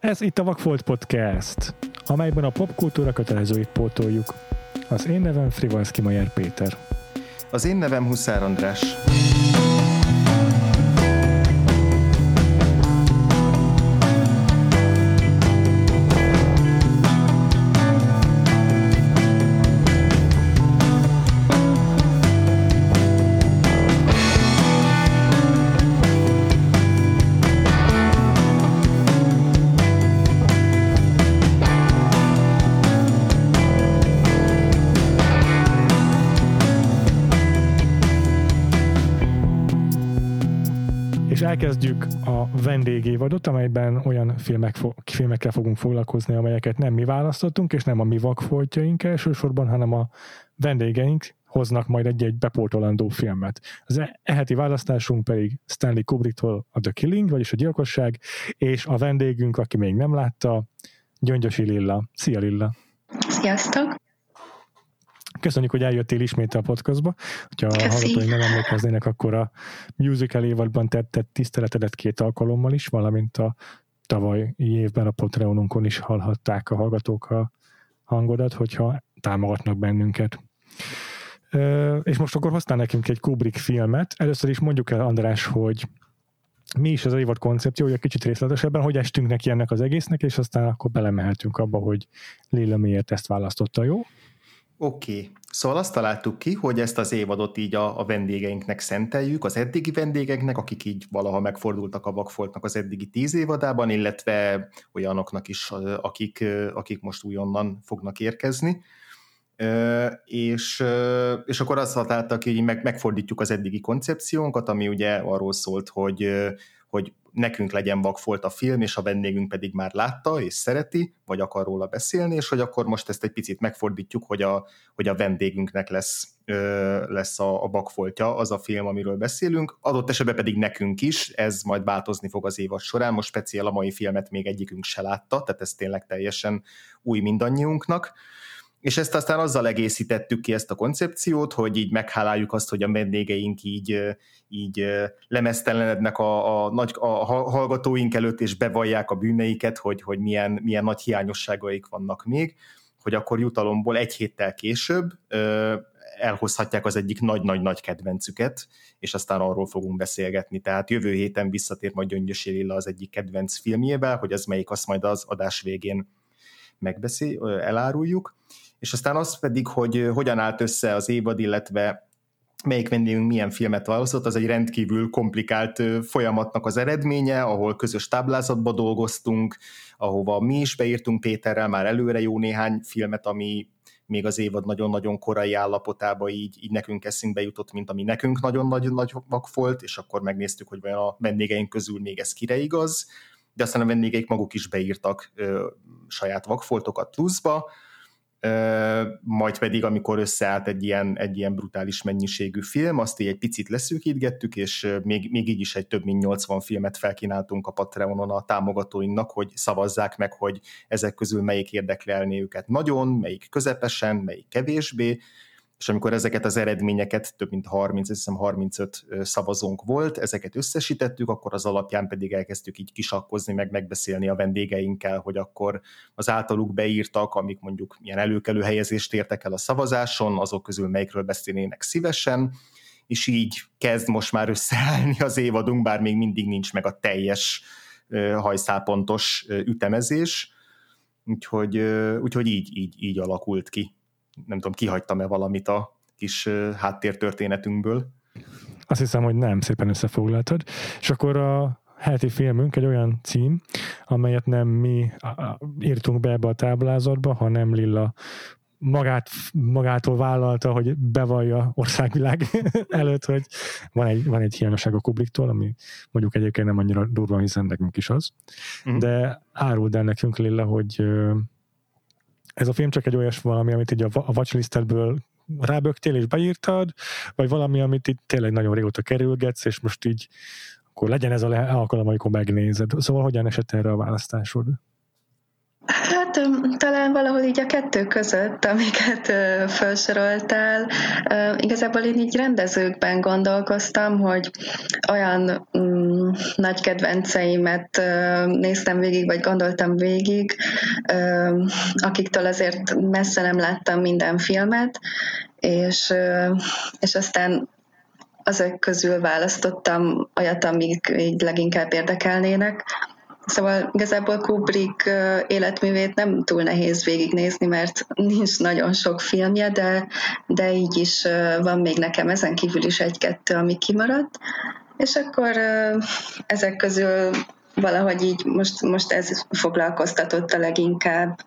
Ez itt a Vakfolt Podcast, amelyben a popkultúra kötelezőit pótoljuk. Az én nevem Frivalszky Majer Péter. Az én nevem Huszár András. Elkezdjük a vendégévadot, amelyben olyan filmekkel fogunk foglalkozni, amelyeket nem mi választottunk, és nem a mi vakfoltjaink elsősorban, hanem a vendégeink hoznak majd egy bepótolandó filmet. Az eheti választásunk pedig Stanley Kubricktól a The Killing, vagyis a gyilkosság, és a vendégünk, aki még nem látta, Gyöngyösi Lilla. Szia Lilla! Sziasztok! Köszönjük, hogy eljöttél ismét a podcastba. Ha a hallgatóink nem emlékeznének, akkor a musical évadban tett tiszteletedet 2 alkalommal is, valamint a tavalyi évben a Patreonunkon is hallhatták a hallgatók a hangodat, hogyha támogatnak bennünket. És most akkor hoztál nekünk egy Kubrick filmet. Először is mondjuk el, András, hogy mi is az évad koncepciója, kicsit részletesebben, hogy estünk neki ennek az egésznek, és aztán akkor belemehetünk abba, hogy Lilla miért ezt választotta, jó? Oké. Szóval azt találtuk ki, hogy ezt az évadot így a vendégeinknek szenteljük, az eddigi vendégeknek, akik így valaha megfordultak a Vakfoltnak az eddigi 10 évadában, illetve olyanoknak is, akik most újonnan fognak érkezni. És akkor azt találtak ki, hogy megfordítjuk az eddigi koncepciónkat, ami ugye arról szólt, hogy nekünk legyen Vakfolt a film, és a vendégünk pedig már látta és szereti, vagy akar róla beszélni, és hogy akkor most ezt egy picit megfordítjuk, hogy a vendégünknek lesz a Vakfoltja, az a film, amiről beszélünk, adott esetben pedig nekünk is, ez majd változni fog az évad során, most speciál a mai filmet még egyikünk se látta, tehát ez tényleg teljesen új mindannyiunknak. És ezt aztán azzal egészítettük ki ezt a koncepciót, hogy így megháláljuk azt, hogy a vendégeink így lemeztelenednek a hallgatóink előtt, és bevallják a bűneiket, hogy milyen nagy hiányosságaik vannak még, hogy akkor jutalomból 1 héttel később elhozhatják az egyik nagy-nagy-nagy kedvencüket, és aztán arról fogunk beszélgetni. Tehát jövő héten visszatér majd Gyöngyösi Lilla az egyik kedvenc filmjével, hogy az melyik, azt majd az adás végén eláruljuk. És aztán az pedig, hogy hogyan állt össze az évad, illetve melyik vendégünk milyen filmet választott, az egy rendkívül komplikált folyamatnak az eredménye, ahol közös táblázatba dolgoztunk, ahova mi is beírtunk Péterrel már előre jó néhány filmet, ami még az évad nagyon-nagyon korai állapotába így nekünk eszünkbe jutott, mint ami nekünk nagyon-nagyon nagy Vakfolt, és akkor megnéztük, hogy vajon a vendégeink közül még ez kire igaz, de aztán a vendégeik maguk is beírtak saját Vakfoltokat pluszba, majd pedig, amikor összeállt egy ilyen brutális mennyiségű film, azt így egy picit leszűkítgettük, és még így is egy több mint 80 filmet felkínáltunk a Patreonon a támogatóinknak, hogy szavazzák meg, hogy ezek közül melyik érdekelné őket nagyon, melyik közepesen, melyik kevésbé, és amikor ezeket az eredményeket, több mint 35 szavazónk volt, ezeket összesítettük, akkor az alapján pedig elkezdtük így kisakkozni, megbeszélni a vendégeinkkel, hogy akkor az általuk beírtak, amik mondjuk milyen előkelő helyezést értek el a szavazáson, azok közül melyikről beszélnének szívesen, és így kezd most már összeállni az évadunk, bár még mindig nincs meg a teljes hajszálpontos ütemezés, úgyhogy így alakult ki. Nem tudom, kihagytam-e valamit a kis háttértörténetünkből. Azt hiszem, hogy nem, szépen összefoglaltad. És akkor a heti filmünk egy olyan cím, amelyet nem mi írtunk be ebbe a táblázatba, hanem Lilla magától vállalta, hogy bevallja országvilág előtt, hogy van egy hiányosság a Kubricktól, ami mondjuk egyébként nem annyira durva, hiszen nekünk is az. De áruld el nekünk, Lilla, hogy ez a film csak egy olyas valami, amit így a watchlistedből rábögtél és beírtad, vagy valami, amit itt tényleg nagyon régóta kerülgetsz, és most így akkor legyen ez az alkalom, amikor megnézed. Szóval hogyan esett erre a választásod? Hát talán valahol így a kettő között, amiket felsoroltál. Igazából én így rendezőkben gondolkoztam, hogy olyan nagy kedvenceimet néztem végig, vagy gondoltam végig, akiktől azért messze nem láttam minden filmet, és aztán azok közül választottam olyat, amik így leginkább érdekelnének. Szóval igazából Kubrick életművét nem túl nehéz végignézni, mert nincs nagyon sok filmje, de így is van még nekem ezen kívül is egy-kettő, ami kimaradt. És akkor ezek közül valahogy így most ez foglalkoztatott a leginkább,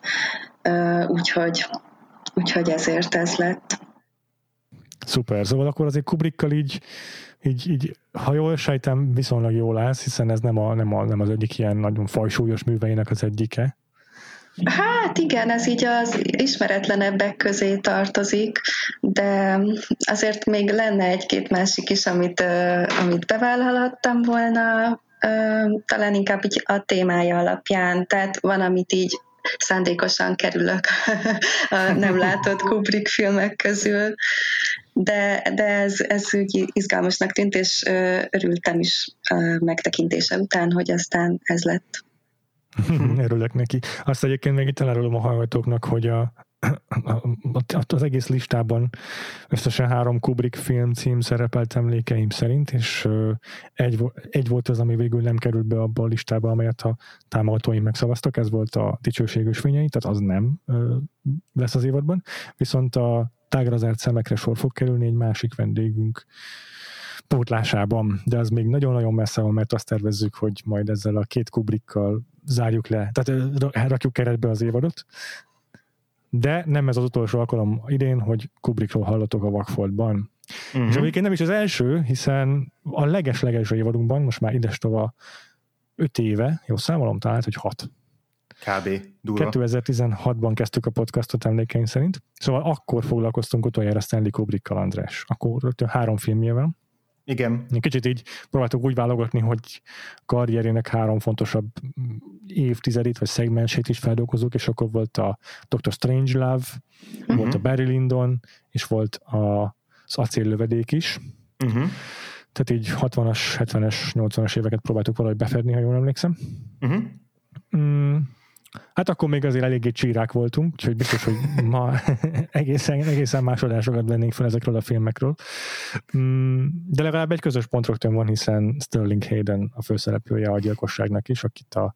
úgyhogy ezért ez lett. Szuper, szóval akkor azért Kubrickkal így ha jól sejtem, viszonylag jól állsz, hiszen ez nem az egyik ilyen nagyon fajsúlyos műveinek az egyike. Hát igen, ez így az ismeretlenebbek közé tartozik, de azért még lenne egy-két másik is, amit bevállalhattam volna, talán inkább így a témája alapján, tehát van, amit így szándékosan kerülök a nem látott Kubrick filmek közül, de ez úgy izgalmasnak tűnt, és örültem is megtekintése után, hogy aztán ez lett. Örülök neki. Azt egyébként még itt elárulom a hallgatóknak, hogy az egész listában összesen 3 Kubrick film cím szerepelt emlékeim szerint, és egy volt az, ami végül nem került be abba a listába, amelyet a támogatóim megszavaztak, ez volt a Dicsőséges fényei, tehát az nem lesz az évadban, viszont a Tágra zárt szemekre sor fog kerülni egy másik vendégünk pótlásában, de az még nagyon-nagyon messze van, mert azt tervezzük, hogy majd ezzel a 2 Kubrickkal zárjuk le, tehát rakjuk keretbe az évadot, de nem ez az utolsó alkalom idén, hogy Kubrickról hallatok a Vagfoltban. És egyébként nem is az első, hiszen a leges-legelső évadunkban, most már idestova 5 éve, jó számolom talán, hogy 6. Kb. Durva. 2016-ban kezdtük a podcastot emlékeim szerint, szóval akkor foglalkoztunk utoljára Stanley Kubrickkal, András. Akkor 3 filmje van. Igen. Kicsit így próbáltuk úgy válogatni, hogy karrierének 3 fontosabb évtizedét, vagy szegmensét is feldolgozunk, és akkor volt a Dr. Strangelove, volt a Barry Lyndon, és volt az Acéllövedék is. Tehát így 60-as, 70-es, 80-as éveket próbáltuk valahogy befedni, ha jól emlékszem. Hát akkor még azért eléggé csírák voltunk, úgyhogy biztos, hogy ma egészen más adásokat vennénk fel ezekről a filmekről. De legalább egy közös pontrögtön van, hiszen Sterling Hayden a főszereplője a gyilkosságnak is, akit a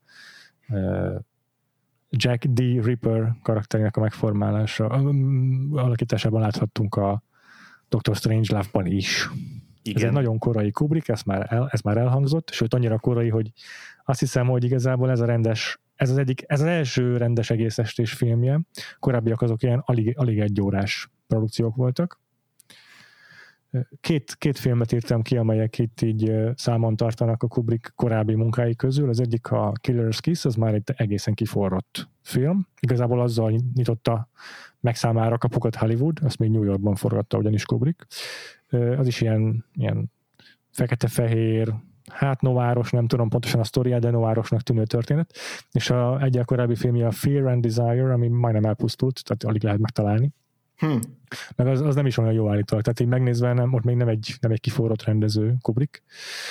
Jack D. Ripper karakterének a megformálása, alakításában láthattunk a Dr. Strangelove-ban is. Igen. Ez egy nagyon korai Kubrick, ez már elhangzott, sőt annyira korai, hogy azt hiszem, hogy igazából ez az első rendes egész estés filmje. Korábbiak azok ilyen alig 1 órás produkciók voltak. Két filmet írtam ki, amelyek itt így számon tartanak a Kubrick korábbi munkái közül. Az egyik a Killer's Kiss, az már egy egészen kiforrott film. Igazából azzal nyitotta meg számára kapukat Hollywood, azt még New Yorkban forgatta ugyanis Kubrick. Az is ilyen fekete-fehér, hát nováros, nem tudom pontosan a sztoriát, de novárosnak tűnő történet. És egyel korábbi filmje a Fear and Desire, ami majdnem elpusztult, tehát alig lehet megtalálni. Meg az nem is olyan jó állítólag. Tehát így megnézve, ott még nem egy kiforrott rendező Kubrick.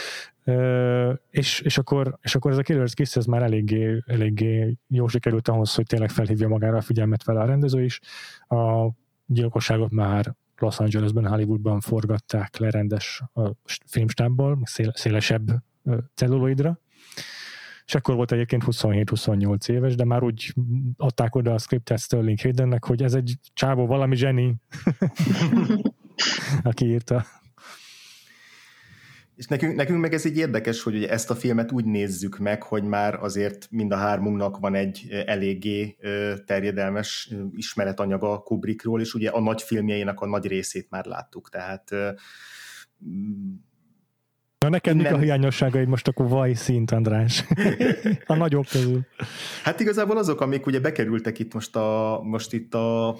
És akkor ez a Killer's Kiss, ez már eléggé jó sikerült ahhoz, hogy tényleg felhívja magára a figyelmet vele a rendező is. A gyilkosságot már Los Angelesben, Hollywoodban forgatták le rendes filmstábbal, szélesebb celluloidra. És akkor volt egyébként 27-28 éves, de már úgy adták oda a scriptet Sterling Haydennek, hogy ez egy csávó, valami zseni, aki írta. És nekünk meg ez így érdekes, hogy ugye ezt a filmet úgy nézzük meg, hogy már azért mind a 3-unknak van egy eléggé terjedelmes ismeretanyaga Kubrickról, és ugye a nagy filmjeinek a nagy részét már láttuk, tehát na neked mik a hiányosságaid most akkor vaj szint, András? A nagyobb közül. Hát igazából azok, amik ugye bekerültek itt most itt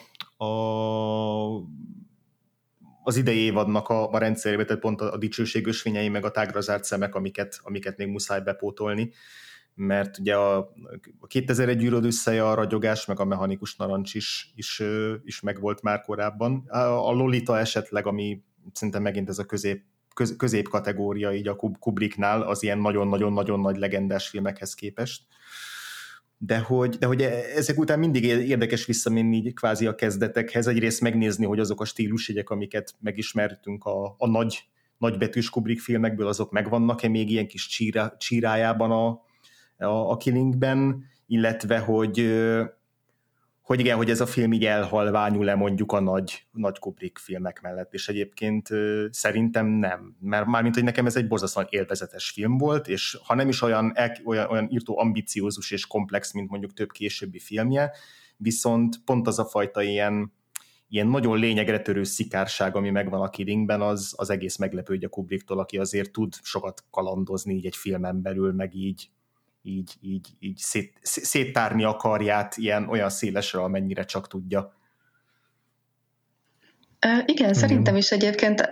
az idei évadnak a rendszerébe, tehát pont a Dicsőséges fényei, meg a Tágra zárt szemek, amiket még muszáj bepótolni, mert ugye a 2001 gyűröd összeje, a Ragyogás, meg a Mechanikus narancs is megvolt már korábban. A Lolita esetleg, ami szerintem megint ez a középkategória így a Kubricknál az ilyen nagyon-nagyon-nagyon nagy legendás filmekhez képest. De hogy ezek után mindig érdekes visszamenni kvázi a kezdetekhez, egyrészt megnézni, hogy azok a stílusjegyek, amiket megismertünk a nagybetűs Kubrick filmekből, azok megvannak-e még ilyen kis csírájában a Killingben, illetve hogy igen, hogy ez a film így elhalványul-e mondjuk a nagy Kubrick filmek mellett, és egyébként szerintem nem, mert mármint, hogy nekem ez egy borzasztóan élvezetes film volt, és ha nem is olyan írtó ambiciózus és komplex, mint mondjuk több későbbi filmje, viszont pont az a fajta ilyen nagyon lényegre törő szikárság, ami megvan a Killingben, az egész meglepő a Kubricktól, aki azért tud sokat kalandozni így egy filmen belül, meg így széttárni a karját olyan szélesre, amennyire csak tudja. Igen, szerintem is egyébként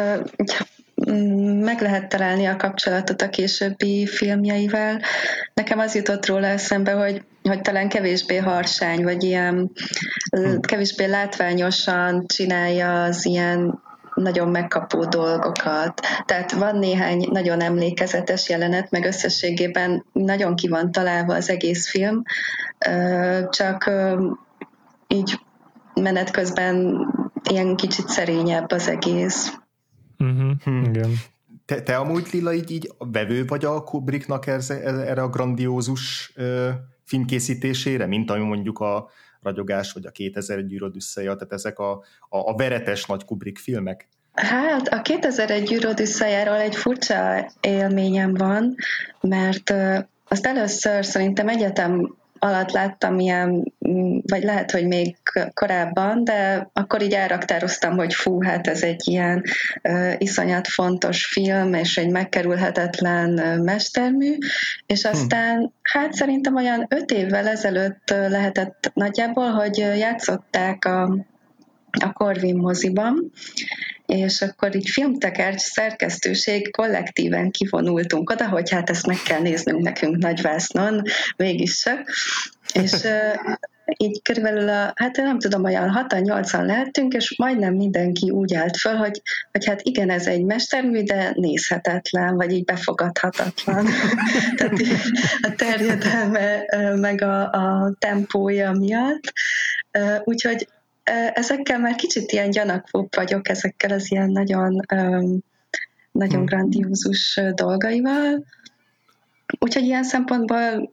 meg lehet találni a kapcsolatot a későbbi filmjeivel. Nekem az jutott róla eszembe, hogy talán kevésbé harsány, vagy ilyen kevésbé látványosan csinálja az ilyen nagyon megkapó dolgokat. Tehát van néhány nagyon emlékezetes jelenet, meg összességében nagyon ki van találva az egész film, csak így menet közben ilyen kicsit szerényebb az egész. Igen. Te amúgy, Lilla, így vevő vagy a Kubricknak erre a grandiózus filmkészítésére, mint ami mondjuk a Ragyogás, vagy a 2001 űr Odüsszeja, tehát ezek a veretes nagy Kubrick filmek? Hát a 2001 űr Odüsszejáról egy furcsa élményem van, mert azt először szerintem egyetem alatt láttam ilyen, vagy lehet, hogy még korábban, de akkor így elraktároztam, hogy hát ez egy ilyen iszonyat fontos film, és egy megkerülhetetlen mestermű, és aztán hát szerintem olyan 5 évvel ezelőtt lehetett nagyjából, hogy játszották a Corvin moziban, és akkor így filmtekercs szerkesztőség kollektíven kivonultunk oda, hogy hát ezt meg kell néznünk nekünk nagyvásznon, mégis csak. És így körülbelül hát nem tudom, olyan 6-8-an lehettünk, és majdnem mindenki úgy állt föl, hogy hát igen, ez egy mestermű, de nézhetetlen, vagy így befogadhatatlan. Tehát a terjedelme, meg a tempója miatt. Úgyhogy ezekkel már kicsit ilyen gyanakvóbb vagyok, ezekkel az ilyen nagyon grandiózus dolgaival. Úgyhogy ilyen szempontból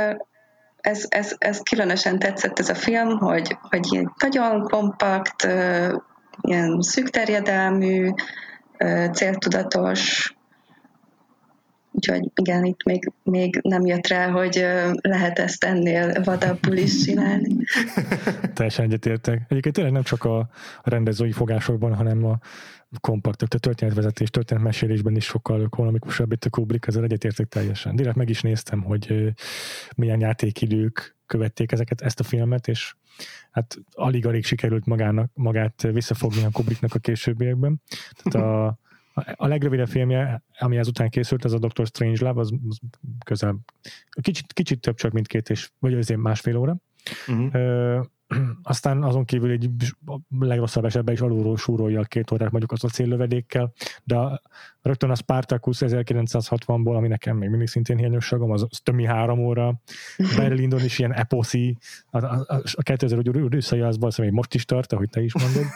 ez különösen tetszett ez a film, hogy nagyon kompakt, ilyen szűk terjedelmű, céltudatos, úgyhogy igen, itt még nem jött rá, hogy lehet ezt ennél vadabbul is csinálni. Teljesen egyetértek. Egyébként tényleg nem csak a rendezői fogásokban, hanem a kompakt, a történetvezetés, történetmesélésben is sokkal ekonomikusabb itt a Kubrick, ezzel egyetértek teljesen. Direkt meg is néztem, hogy milyen játékidők követték ezt a filmet, és hát alig-alig sikerült magát visszafogni a Kubricknak a későbbiekben. Tehát a legrövidebb filmje, ami ezután készült, ez a Dr. Strangelove, az közel kicsit több csak, mint 2 vagy azért 1,5 óra. Aztán azon kívül egy legrosszabb esetben is alulról súrolja a 2 órát, mondjuk az a céllövedékkel, de rögtön a Spartacus 1960-ból, ami nekem még mindig szintén hiányosságom, az többi 3 óra. Berlindon is ilyen eposzi, a 2000 Odüsszeja az valószínűleg most is tart, ahogy te is mondod.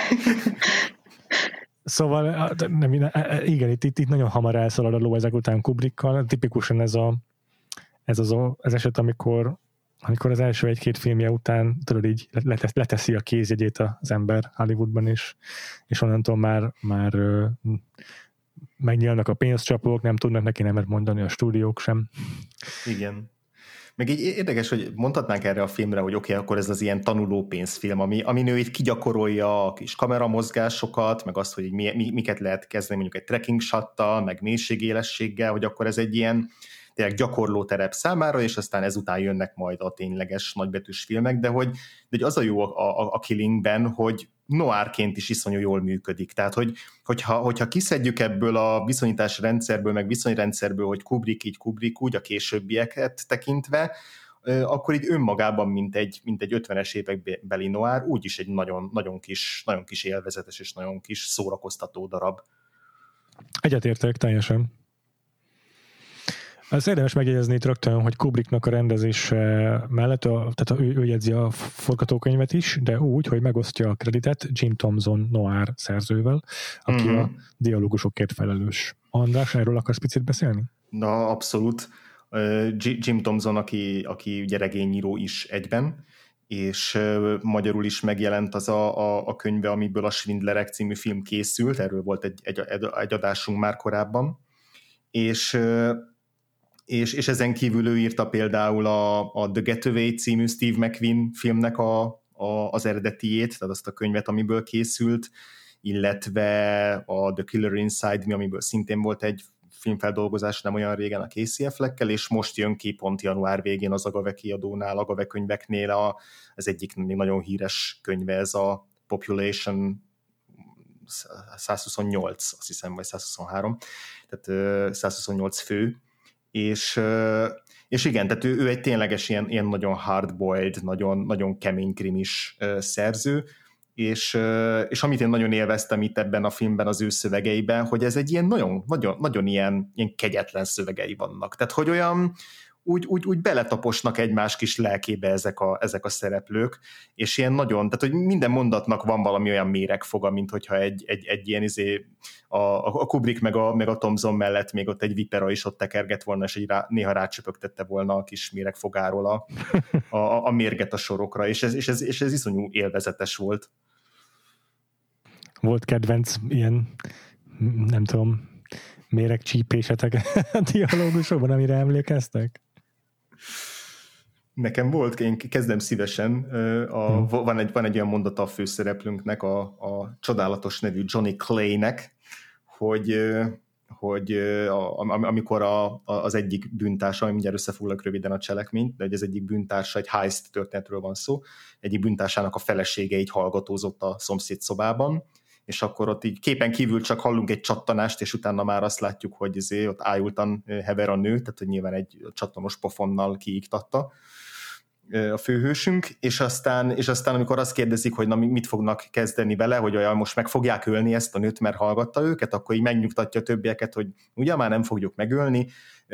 Szóval igen, itt nagyon hamar elszalad a ló ezek után Kubrickkal. Tipikusan ez az eset, amikor az első 1-2 filmje után tudod, így leteszi a kézjegyét az ember Hollywoodban is, és onnantól már megnyílnak a pénzcsapók, nem tudnak neki nemet mondani a stúdiók sem. Igen. Meg így érdekes, hogy mondhatnánk erre a filmre, hogy oké, akkor ez az ilyen tanuló pénzfilm, ami ő itt kigyakorolja a kis kameramozgásokat, meg azt, hogy miket lehet kezdeni mondjuk egy tracking shottal, meg mélységélességgel, hogy akkor ez egy ilyen tényleg gyakorló terep számára, és aztán ezután jönnek majd a tényleges nagybetűs filmek, de hogy az a jó a Killingben, hogy noárként is iszonyú jól működik. Tehát, hogyha kiszedjük ebből a viszonyítási rendszerből, meg viszonyrendszerből, hogy Kubrick így, Kubrick úgy, a későbbieket tekintve, akkor így önmagában, mint egy 50-es évekbeli noár, úgyis egy nagyon, nagyon kis élvezetes és nagyon kis szórakoztató darab. Egyetértek teljesen. Az érdemes megjegyezni itt rögtön, hogy Kubricknak a rendezése mellett, tehát ő jegyzi a forgatókönyvet is, de úgy, hogy megosztja a kreditet Jim Thompson noir szerzővel, aki a dialógusokért felelős. András, erről akarsz picit beszélni? Na, abszolút. Jim Thompson, aki ugye regényíró is egyben, és magyarul is megjelent az a könyve, amiből a Schwindlerek című film készült, erről volt egy adásunk már korábban, és ezen kívül ő írta például a The Getaway című Steve McQueen filmnek az eredetiét, tehát azt a könyvet, amiből készült, illetve a The Killer Inside Me, amiből szintén volt egy filmfeldolgozás nem olyan régen a Casey Affleckkel, és most jön ki pont január végén az Agave kiadónál, Agave könyveknél az egyik nagyon híres könyve, ez a Population 128, azt hiszem, vagy 123, tehát 128 fő, és igen, tehát ő egy tényleges ilyen nagyon hardboiled, nagyon kemény krimis szerző, és amit én nagyon élveztem itt ebben a filmben az ő szövegeiben, hogy ez egy ilyen nagyon ilyen kegyetlen szövegei vannak. Tehát, hogy olyan úgy beletaposnak egymás kis lelkébe ezek a szereplők, és ilyen nagyon, tehát, hogy minden mondatnak van valami olyan méregfoga, mint hogyha egy ilyen a Kubrick meg a Thompson mellett még ott egy vipera is ott tekerget volna, és néha rácsöpögtette volna a kis méregfogáról a mérget a sorokra, és ez iszonyú élvezetes volt. Volt kedvenc ilyen, nem tudom, méregcsípésetek a dialógusokban, amire emlékeztek? Nekem volt, én kezdem szívesen, van egy olyan mondata a főszereplőnknek, a csodálatos nevű Johnny Clay-nek, hogy amikor az egyik bűntársa, mindjárt összefoglalok röviden a cselekményt, de az egyik bűntársa, egy heist történetről van szó, egyik bűntársának a felesége így hallgatózott a szomszéd szobában, és akkor ott így képen kívül csak hallunk egy csattanást, és utána már azt látjuk, hogy ott ájultan hever a nő, tehát hogy nyilván egy csattanos pofonnal kiiktatta a főhősünk, és aztán amikor azt kérdezik, hogy na mit fognak kezdeni vele, hogy olyan most meg fogják ölni ezt a nőt, mert hallgatta őket, akkor így megnyugtatja a többieket, hogy ugye már nem fogjuk megölni,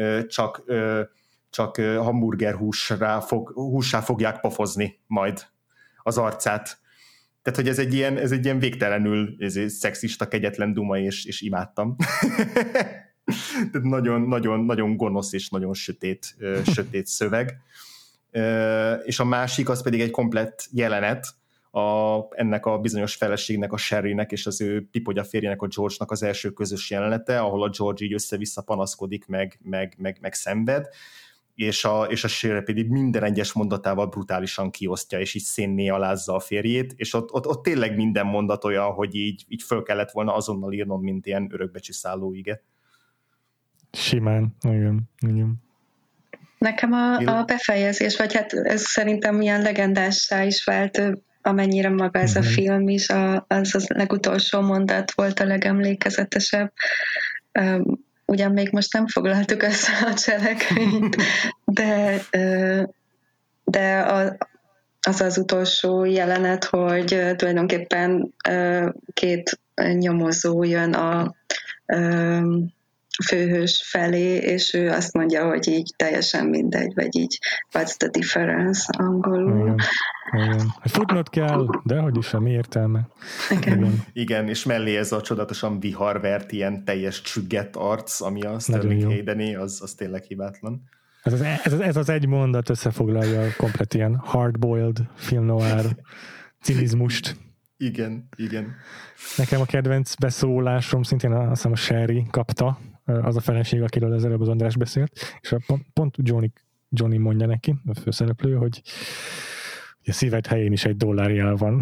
csak hamburger hússá fogják pofozni majd az arcát. Tehát, hogy ez egy ilyen végtelenül szexista, kegyetlen duma, és imádtam. Tehát nagyon gonosz és nagyon sötét szöveg. És a másik az pedig egy komplett jelenet ennek a bizonyos feleségnek, a Sherrynek és az ő pipogya férjének, a George-nak az első közös jelenete, ahol a George így össze-vissza panaszkodik, meg szenved, és a Sherry pedig minden egyes mondatával brutálisan kiosztja, és így szénné alázza a férjét, és ott tényleg minden mondat olyan, hogy így föl kellett volna azonnal írnom, mint ilyen örökbecsüszálló ige. Simán, igen. Nekem a befejezés, vagy hát ez szerintem ilyen legendássá is vált, amennyire maga ez a film is, az legutolsó mondat volt a legemlékezetesebb. Ugyan még most nem foglaltuk össze a cselekményt, de az utolsó jelenet, hogy tulajdonképpen két nyomozó jön a főhős felé, és ő azt mondja, hogy így teljesen mindegy, vagy így what's the difference angolul. Igen. Futnod kell, de hogy is, mi értelme. Igen, és mellé ez a csodálatosan viharvert, ilyen teljes csüggett arc, ami a Sterling Hayden-é, az tényleg hibátlan. Ez az egy mondat összefoglalja a komplet ilyen hardboiled film noir cinizmust. Igen. Nekem a kedvenc beszólásom szintén azt hiszem a Sherry kapta, az a feleség, akiről az előbb az András beszélt, és pont Johnny mondja neki, a főszereplő, hogy a szíved helyén is $1 van.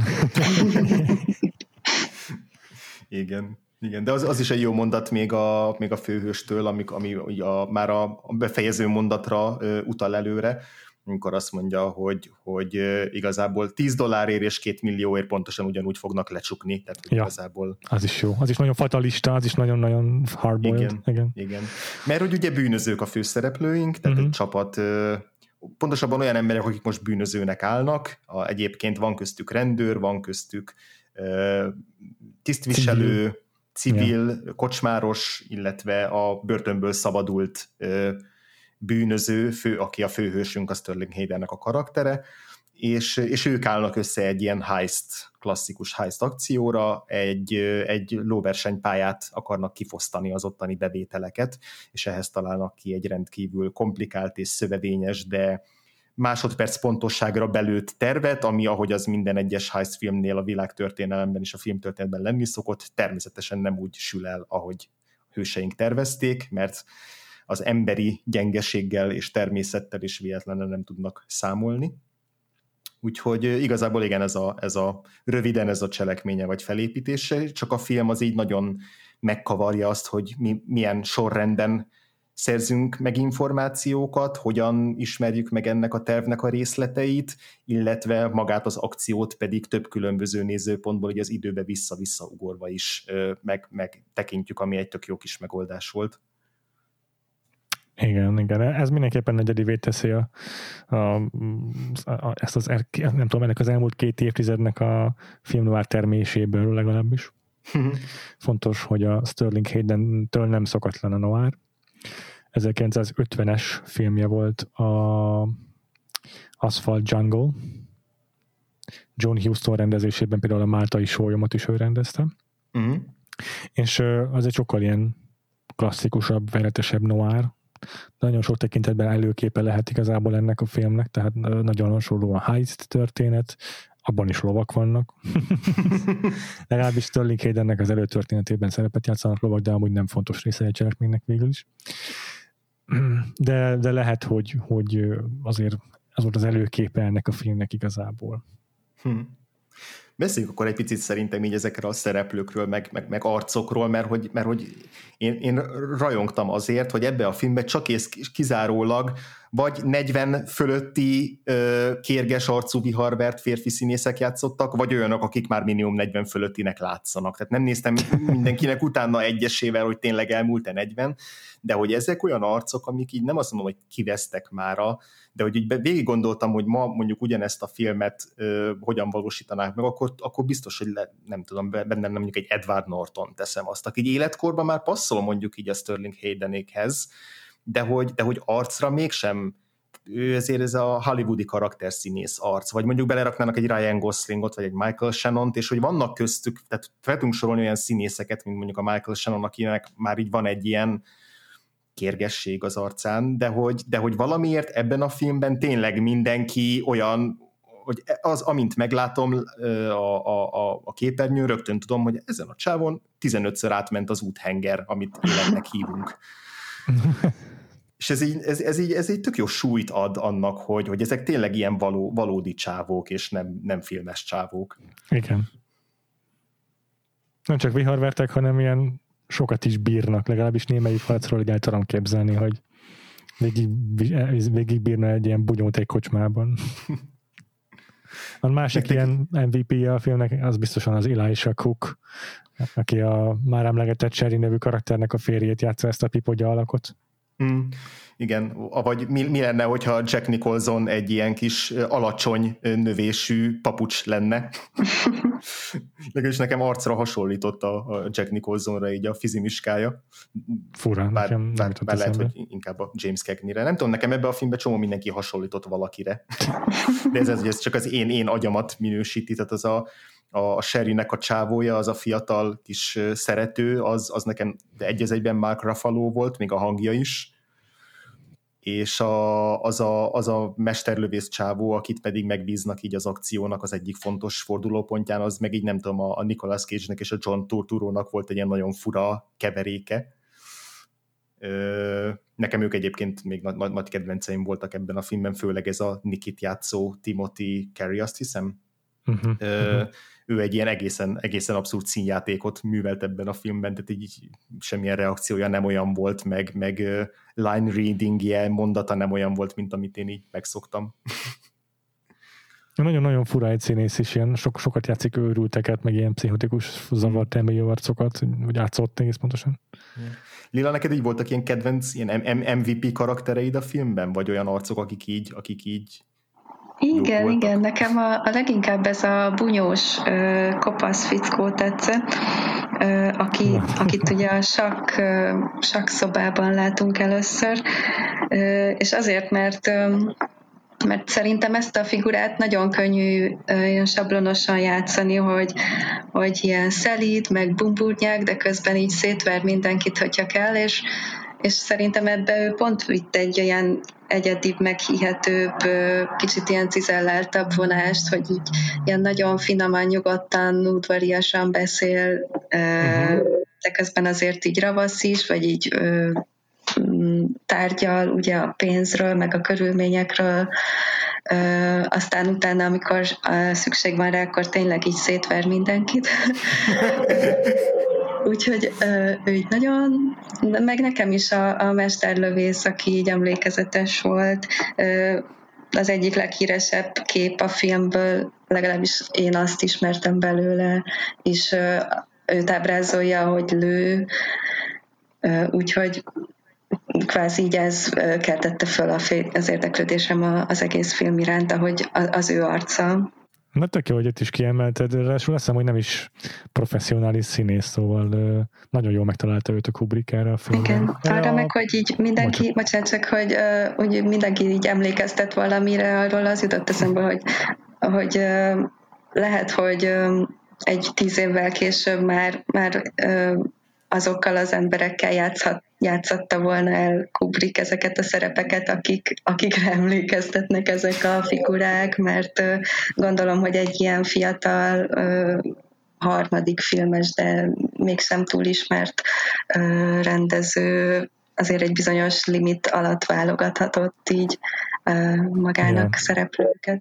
Igen, de az is egy jó mondat még a főhőstől, ami már a befejező mondatra utal előre, amikor azt mondja, hogy igazából $10 és $2 millióért pontosan ugyanúgy fognak lecsukni. Tehát igazából... Az is jó. Az is nagyon fatalista, az is nagyon hardboiled. Igen. Mert hogy ugye bűnözők a főszereplőink, tehát egy csapat, pontosabban olyan emberek, akik most bűnözőnek állnak, egyébként van köztük rendőr, van köztük tisztviselő, civil, kocsmáros, illetve a börtönből szabadult bűnöző, aki a főhősünk, a Sterling Haydennek a karaktere, és ők állnak össze egy ilyen klasszikus heist akcióra, egy lóversenypályát akarnak kifosztani az ottani bevételeket, és ehhez találnak ki egy rendkívül komplikált és szövevényes, de másodperc pontosságra belőtt tervet, ami ahogy az minden egyes heist filmnél a világtörténelemben és a filmtörténetben lenni szokott, természetesen nem úgy sül el, ahogy hőseink tervezték, mert az emberi gyengeséggel és természettel is véletlenül nem tudnak számolni. Úgyhogy igazából igen, ez a röviden ez a cselekménye vagy felépítése, csak a film az így nagyon megkavarja azt, hogy milyen sorrendben szerzünk meg információkat, hogyan ismerjük meg ennek a tervnek a részleteit, illetve magát az akciót pedig több különböző nézőpontból így az időbe vissza-vissza ugorva is meg tekintjük, ami egy tök jó kis megoldás volt. Igen. Ez mindenképpen negyedivé teszi ezt az, nem tudom, ennek az elmúlt 2 évtizednek a filmnoir terméséből legalábbis. Fontos, hogy a Sterling Hayden-től nem szokatlan a noir. 1950-es filmje volt a Asphalt Jungle. John Huston rendezésében például a Máltai Sólyomot is ő rendezte. És az egy sokkal ilyen klasszikusabb, veretesebb noir. Nagyon sok tekintetben előképe lehet igazából ennek a filmnek, tehát nagyon hasonló a heist történet, abban is lovak vannak. Legalábbis Sterling Haydennek az előtörténetében szerepet játszanak lovak, de amúgy nem fontos része egy cselekménynek végül is. De lehet, hogy azért az volt az előképe ennek a filmnek igazából. Beszéljük akkor egy picit szerintem így ezekről a szereplőkről, meg arcokról, mert hogy én rajongtam azért, hogy ebbe a filmbe csak és kizárólag vagy 40 fölötti kérges arcú viharvert férfi színészek játszottak, vagy olyanok, akik már minimum 40 fölöttinek látszanak. Tehát nem néztem mindenkinek utána egyesével, hogy tényleg elmúlt-e 40, de hogy ezek olyan arcok, amik így nem azt mondom, hogy kivesztek mára, de hogy így végig gondoltam, hogy ma mondjuk ugyanezt a filmet hogyan valósítanák meg, akkor biztos, hogy nem tudom, bennem mondjuk egy Edward Norton teszem azt, aki életkorban már passzol mondjuk így a Sterling Haydenékhez, de hogy arcra mégsem, ő ezért ez a hollywoodi karakterszínész arc, vagy mondjuk beleraknának egy Ryan Goslingot, vagy egy Michael Shannont, és hogy vannak köztük, tehát fel tudunk sorolni olyan színészeket, mint mondjuk a Michael Shannon, akinek már így van egy ilyen kérgesség az arcán, de hogy valamiért ebben a filmben tényleg mindenki olyan, hogy az, amint meglátom a képernyőn, rögtön tudom, hogy ezen a csávon 15-ször átment az úthenger, amit életnek hívunk. És ez így tök jó súlyt ad annak, hogy ezek tényleg ilyen valódi csávók, és nem filmes csávók. Igen. Nem csak viharvertek, hanem ilyen sokat is bírnak, legalábbis némelyik harcról, hogy el tudom képzelni, hogy végig bírna egy ilyen bunyót egy kocsmában. A másik ilyen MVP-je a filmnek, az biztosan az Elisha Cook, aki a már emlegetett Sherry nevű karakternek a férjét játsza, ezt a pipogya alakot. Igen, vagy mi lenne, hogyha Jack Nicholson egy ilyen kis alacsony növésű papucs lenne. Legalábbis nekem arcra hasonlított a Jack Nicholsonra így a fizimiskája. Furán, bár lehet, hogy inkább a James Cagney-re. Nem tudom, nekem ebbe a filmben csomó mindenki hasonlított valakire. De ez csak az én agyamat minősíti, tehát az a Sherrynek a csávója, az a fiatal kis szerető, az nekem egy az egyben Mark Ruffalo volt, még a hangja is, és az a mesterlövész csávó, akit pedig megbíznak így az akciónak az egyik fontos fordulópontján, az meg így nem tudom, a Nicolas Cage-nek és a John Turturro-nak volt egy ilyen nagyon fura keveréke. Nekem ők egyébként még nagy kedvenceim voltak ebben a filmben, főleg ez a Nickit játszó Timothy Carey, azt hiszem. Ő egy ilyen egészen abszurd színjátékot művelt ebben a filmben, tehát így semmilyen reakciója nem olyan volt, meg line readingje, mondata nem olyan volt, mint amit én így megszoktam. Nagyon-nagyon fura egy színész is, ilyen sokat játszik őrülteket, meg ilyen pszichotikus zavart elmélyű arcokat, úgy játszott egész pontosan. Lila, neked így voltak ilyen kedvenc, ilyen MVP karaktereid a filmben, vagy olyan arcok, akik így igen, nekem a leginkább ez a bunyós kopasz fickó tetszett. akit ugye a sakk szobában látunk először, és azért, mert szerintem ezt a figurát nagyon könnyű ilyen sablonosan játszani, hogy ilyen szelíd, meg bumbúrnyák, de közben így szétver mindenkit, hogyha kell, és szerintem ebbe ő pont vitt egy olyan egyedibb, meghihetőbb, kicsit ilyen cizelláltabb vonást, hogy így ilyen nagyon finoman, nyugodtan, udvariasan beszél, de közben azért így ravasz is, vagy így tárgyal ugye a pénzről, meg a körülményekről, aztán utána, amikor szükség van rá, akkor tényleg így szétver mindenkit. Úgyhogy ő így nagyon, meg nekem is a mesterlövész, aki így emlékezetes volt, az egyik leghíresebb kép a filmből, legalábbis én azt ismertem belőle, és őt ábrázolja, hogy lő, úgyhogy kvázi így ez keltette föl az érdeklődésem az egész film iránt, ahogy az ő arca. Na tök jó, hogy itt is kiemelted, ráadásul azt hiszem, hogy nem is professzionális színész, szóval nagyon jól megtalálta őt a Kubrick erre a filmre. Igen, arra meg, hogy így mindenki, bocsánat, csak hogy mindenki így emlékeztet valamire, arról az jutott eszembe, hogy lehet, hogy egy 10 évvel később már azokkal az emberekkel játszatta volna el Kubrick ezeket a szerepeket, akikre emlékeztetnek ezek a figurák, mert gondolom, hogy egy ilyen fiatal harmadik filmes, de mégsem túl ismert rendező azért egy bizonyos limit alatt válogathatott így magának szereplőket.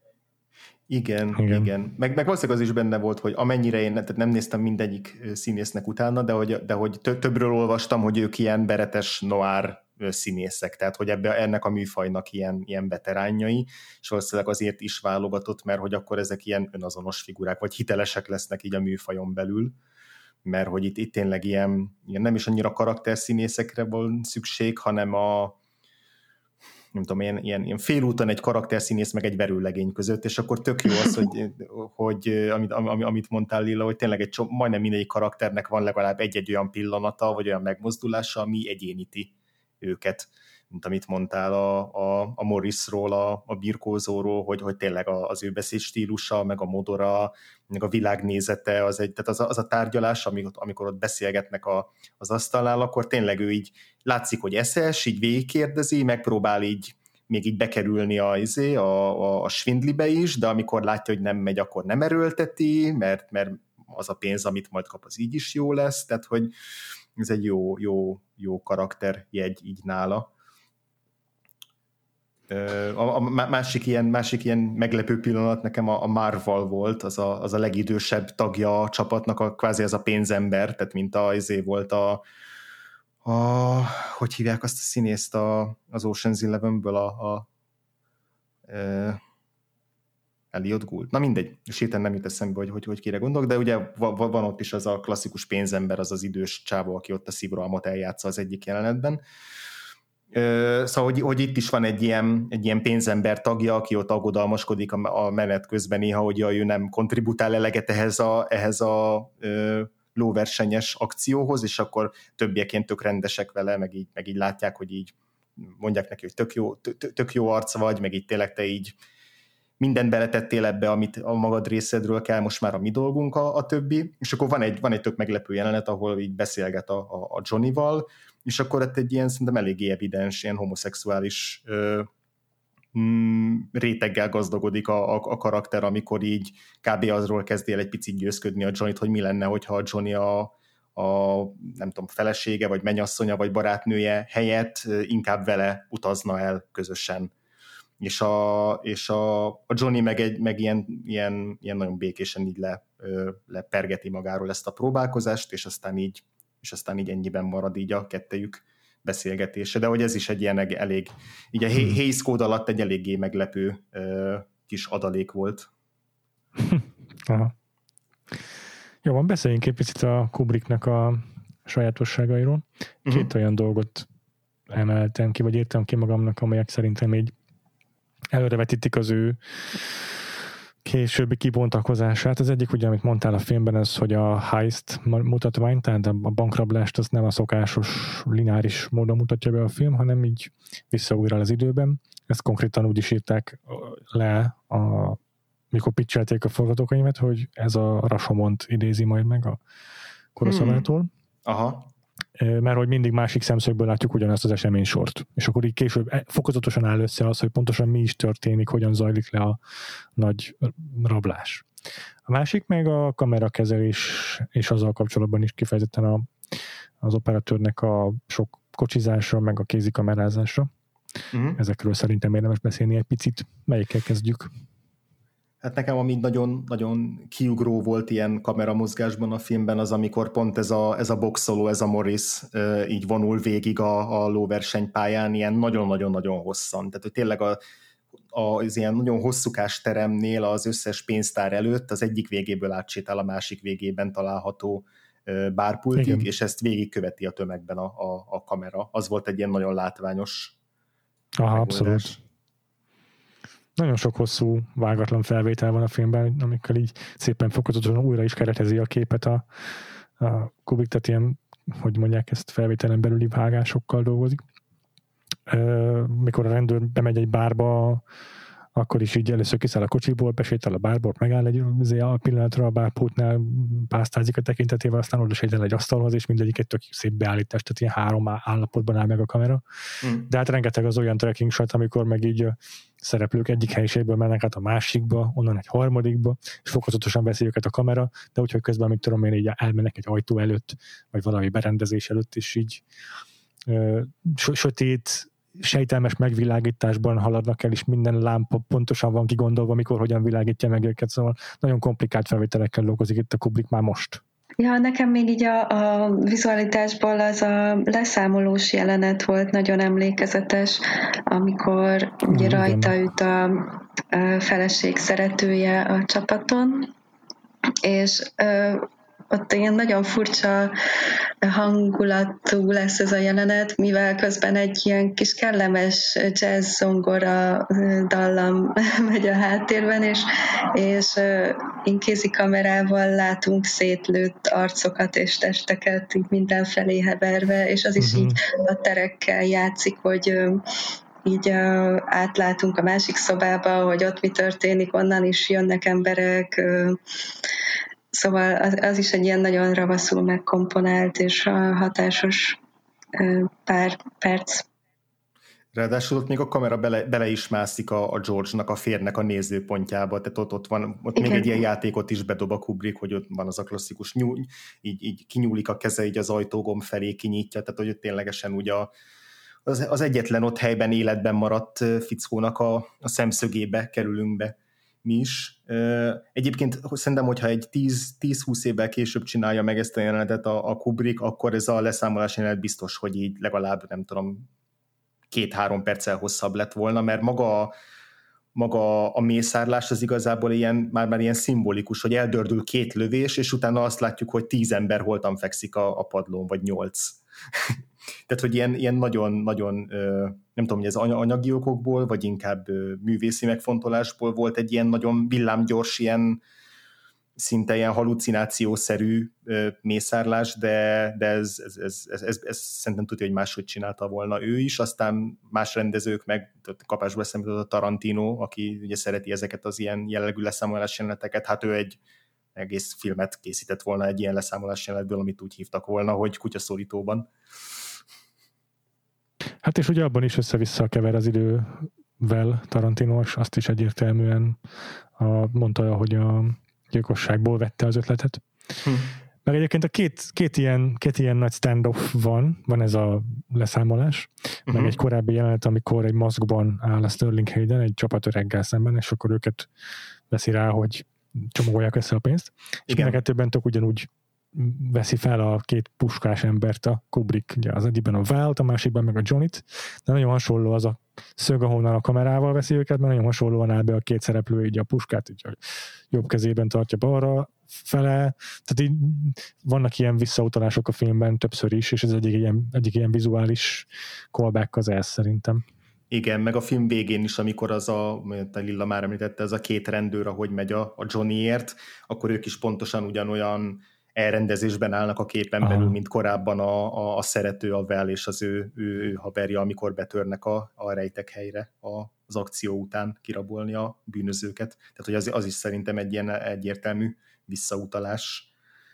Igen. Meg valószínűleg az is benne volt, hogy amennyire én tehát nem néztem mindegyik színésznek utána, de hogy többről olvastam, hogy ők ilyen beretes noir színészek, tehát hogy ennek a műfajnak ilyen veteránjai, és valószínűleg azért is válogatott, mert hogy akkor ezek ilyen önazonos figurák, vagy hitelesek lesznek így a műfajon belül, mert hogy itt tényleg ilyen nem is annyira karakterszínészekre van szükség, hanem nem tudom, ilyen félúton egy karakterszínész meg egy verőlegény között, és akkor tök jó az, hogy amit mondtál, Lilla, hogy tényleg majdnem mindegyik karakternek van legalább egy-egy olyan pillanata, vagy olyan megmozdulása, ami egyéníti őket, mint amit mondtál a Morrisról, a birkózóról, hogy tényleg az ő beszédstílusa, meg a modora, meg a világnézete, tehát az a tárgyalás, amikor ott beszélgetnek az asztalnál, akkor tényleg ő így látszik, hogy eszes, így végigkérdezi, megpróbál így még így bekerülni a svindlibe is, de amikor látja, hogy nem megy, akkor nem erőlteti, mert az a pénz, amit majd kap, az így is jó lesz, tehát hogy ez egy jó karakterjegy így nála. A másik ilyen meglepő pillanat nekem a Marval volt, az a legidősebb tagja a csapatnak, kvázi ez a pénzember, tehát mint volt hogy hívják azt a színészt az Ocean's 11-ből Elliot Gould. Na mindegy, és hirtelen nem jut eszembe, hogy kire gondolok, de ugye van ott is az a klasszikus pénzember, az idős csávó, aki ott a szívrohamot eljátsza az egyik jelenetben. Szóval, hogy itt is van egy ilyen pénzember tagja, aki ott aggodalmaskodik a menet közben néha, hogy ő nem kontributál eleget ehhez a lóversenyes akcióhoz, és akkor többieként tök rendesek vele, meg így látják, hogy így mondják neki, hogy tök jó arc vagy, meg így tényleg te így mindent beletettél ebbe, amit a magad részedről kell, most már a mi dolgunk a többi, és akkor van egy tök meglepő jelenet, ahol így beszélget a Johnnyval, és akkor ott egy ilyen szerintem eléggé evidens, ilyen homoszexuális réteggel gazdagodik a karakter, amikor így kb. Azról kezdi el egy picit győzködni a Johnnyt, hogy mi lenne, hogyha a Johnny a nem tudom, felesége, vagy mennyasszonya, vagy barátnője helyett inkább vele utazna el közösen. És a Johnny meg ilyen nagyon békésen így lepergeti magáról ezt a próbálkozást, és aztán így ennyiben marad így a kettejük beszélgetése, de hogy ez is egy ilyen elég, így a Hays Code alatt egy eléggé meglepő kis adalék volt. Aha. Jó, van, beszéljünk egy picit a Kubricknak a sajátosságairól. Két olyan dolgot emeltem ki, vagy írtam ki magamnak, amelyek szerintem így előrevetítik az ő későbbi kibontakozását. Az egyik, ugye, amit mondtál a filmben, az, hogy a heist mutatvány, tehát a bankrablást, az nem a szokásos lineáris módon mutatja be a film, hanem így visszaugrál az időben. Ezt konkrétan úgy is írták le, mikor pitchelték a forgatókönyvet, hogy ez a Rashomont idézi majd meg a Kurosawától. Aha. Mert hogy mindig másik szemszögből látjuk ugyanazt az eseménysort. És akkor így később fokozatosan áll össze az, hogy pontosan mi is történik, hogyan zajlik le a nagy rablás. A másik meg a kamerakezelés, és azzal kapcsolatban is kifejezetten az operatőrnek a sok kocsizásra, meg a kézikamerázásra. Ezekről szerintem érdemes beszélni egy picit. Melyikkel kezdjük? Hát nekem ami nagyon, nagyon kiugró volt ilyen kameramozgásban a filmben az, amikor pont ez a boxoló, ez a Morris így vonul végig a lóversenypályán ilyen nagyon-nagyon-nagyon hosszan. Tehát, hogy tényleg az ilyen nagyon hosszúkás teremnél az összes pénztár előtt az egyik végéből átsétál a másik végében található bárpultig, igen. És ezt végigköveti a tömegben a kamera. Az volt egy ilyen nagyon látványos megoldás. Abszolút. Nagyon sok hosszú, vágatlan felvétel van a filmben, amikor így szépen fokozatosan újra is keretezi a képet a Kubrick, tehát ilyen, hogy mondják, ezt felvételen belüli vágásokkal dolgozik. Mikor a rendőr bemegy egy bárba, akkor is így először kiszáll a kocsiból, besétál a bárból, megáll egy pillanatra a bárpultnál, pásztázik a tekintetével, aztán oda sétál egy asztalhoz, és mindegyik egy tök szép beállítás, tehát ilyen 3 állapotban áll meg a kamera. De hát rengeteg az olyan tracking shot, amikor meg így szereplők egyik helyiségből mennek át a másikba, onnan egy harmadikba, és fokozatosan veszi őket a kamera, de úgyhogy közben, amit tudom én, így elmennek egy ajtó előtt, vagy valami berendezés előtt, és így sötét, sejtelmes megvilágításban haladnak el, és minden lámpa pontosan van kigondolva, mikor hogyan világítja meg őket, szóval nagyon komplikált felvételekkel dolgozik itt a Kubrick már most. Ja, nekem még így a vizualitásból az a leszámolós jelenet volt nagyon emlékezetes, amikor ugye rajta üt a feleség szeretője a csapaton, és ott ilyen nagyon furcsa hangulatú lesz ez a jelenet, mivel közben egy ilyen kis kellemes jazz zongora dallam megy a háttérben, és én kézikamerával látunk szétlőtt arcokat és testeket így mindenfelé heverve, és az is így a terekkel játszik, hogy így átlátunk a másik szobába, hogy ott mi történik, onnan is jönnek emberek, szóval az is egy ilyen nagyon ravaszul megkomponált és hatásos pár perc. Ráadásul ott még a kamera bele is mászik a George-nak, a férnek a nézőpontjába, tehát ott még egy ilyen játékot is bedob a Kubrick, hogy ott van az a klasszikus így kinyúlik a keze így az ajtógomb felé, kinyitja, tehát hogy ténylegesen úgy az egyetlen ott helyben életben maradt fickónak a szemszögébe kerülünk be mi is. Egyébként szerintem, hogyha egy 10-20 évvel később csinálja meg ezt a jelenetet a Kubrick, akkor ez a leszámolás jelenet biztos, hogy így legalább, nem tudom, 2-3 perccel hosszabb lett volna, mert maga a mészárlás az igazából ilyen, már ilyen szimbolikus, hogy eldördül 2 lövés, és utána azt látjuk, hogy 10 ember holtan fekszik a padlón, vagy 8. Tehát, hogy ilyen nagyon-nagyon, nem tudom, hogy ez anyagi okokból, vagy inkább művészi megfontolásból volt egy ilyen nagyon villámgyors, ilyen szinte ilyen halucinációszerű mészárlás, de ez szerintem tudja, hogy máshogy csinálta volna ő is, aztán más rendezők meg kapásból eszembe a Tarantino, aki ugye szereti ezeket az ilyen jellegű leszámolás jeleneteket, hát ő egy egész filmet készített volna egy ilyen leszámolás jelenetből, amit úgy hívtak volna, hogy Kutyaszorítóban. Hát és ugye abban is össze-vissza kever az idővel Tarantino, és azt is egyértelműen mondta, hogy a gyilkosságból vette az ötletet. Meg egyébként a két ilyen nagy stand-off van ez a leszámolás, meg egy korábbi jelenet, amikor egy maszkban áll a Sterling Hayden egy csapatöreggel szemben, és akkor őket veszi rá, hogy csomagolják össze a pénzt. És mind a kettőben tök ugyanúgy veszi fel a 2 puskás embert a Kubrick, ugye az egyikben a Val-t, a másikban meg a Johnnyt, de nagyon hasonló az a szög, ahonnan a kamerával veszi őket, mert nagyon hasonlóan áll be a 2 szereplő, így a puskát így a jobb kezében tartja balra fele, tehát így vannak ilyen visszautalások a filmben többször is, és ez egyik ilyen vizuális callback az ez szerintem. Igen, meg a film végén is, amikor az a Lilla már említette, az a két rendőr, ahogy megy a Johnnyért, akkor ők is pontosan ugyanolyan elrendezésben állnak a képen belül, mint korábban a szerető, a Val és az ő haverja, amikor betörnek a rejtek helyre az akció után kirabolni a bűnözőket. Tehát, hogy az is szerintem egy ilyen egyértelmű visszautalás.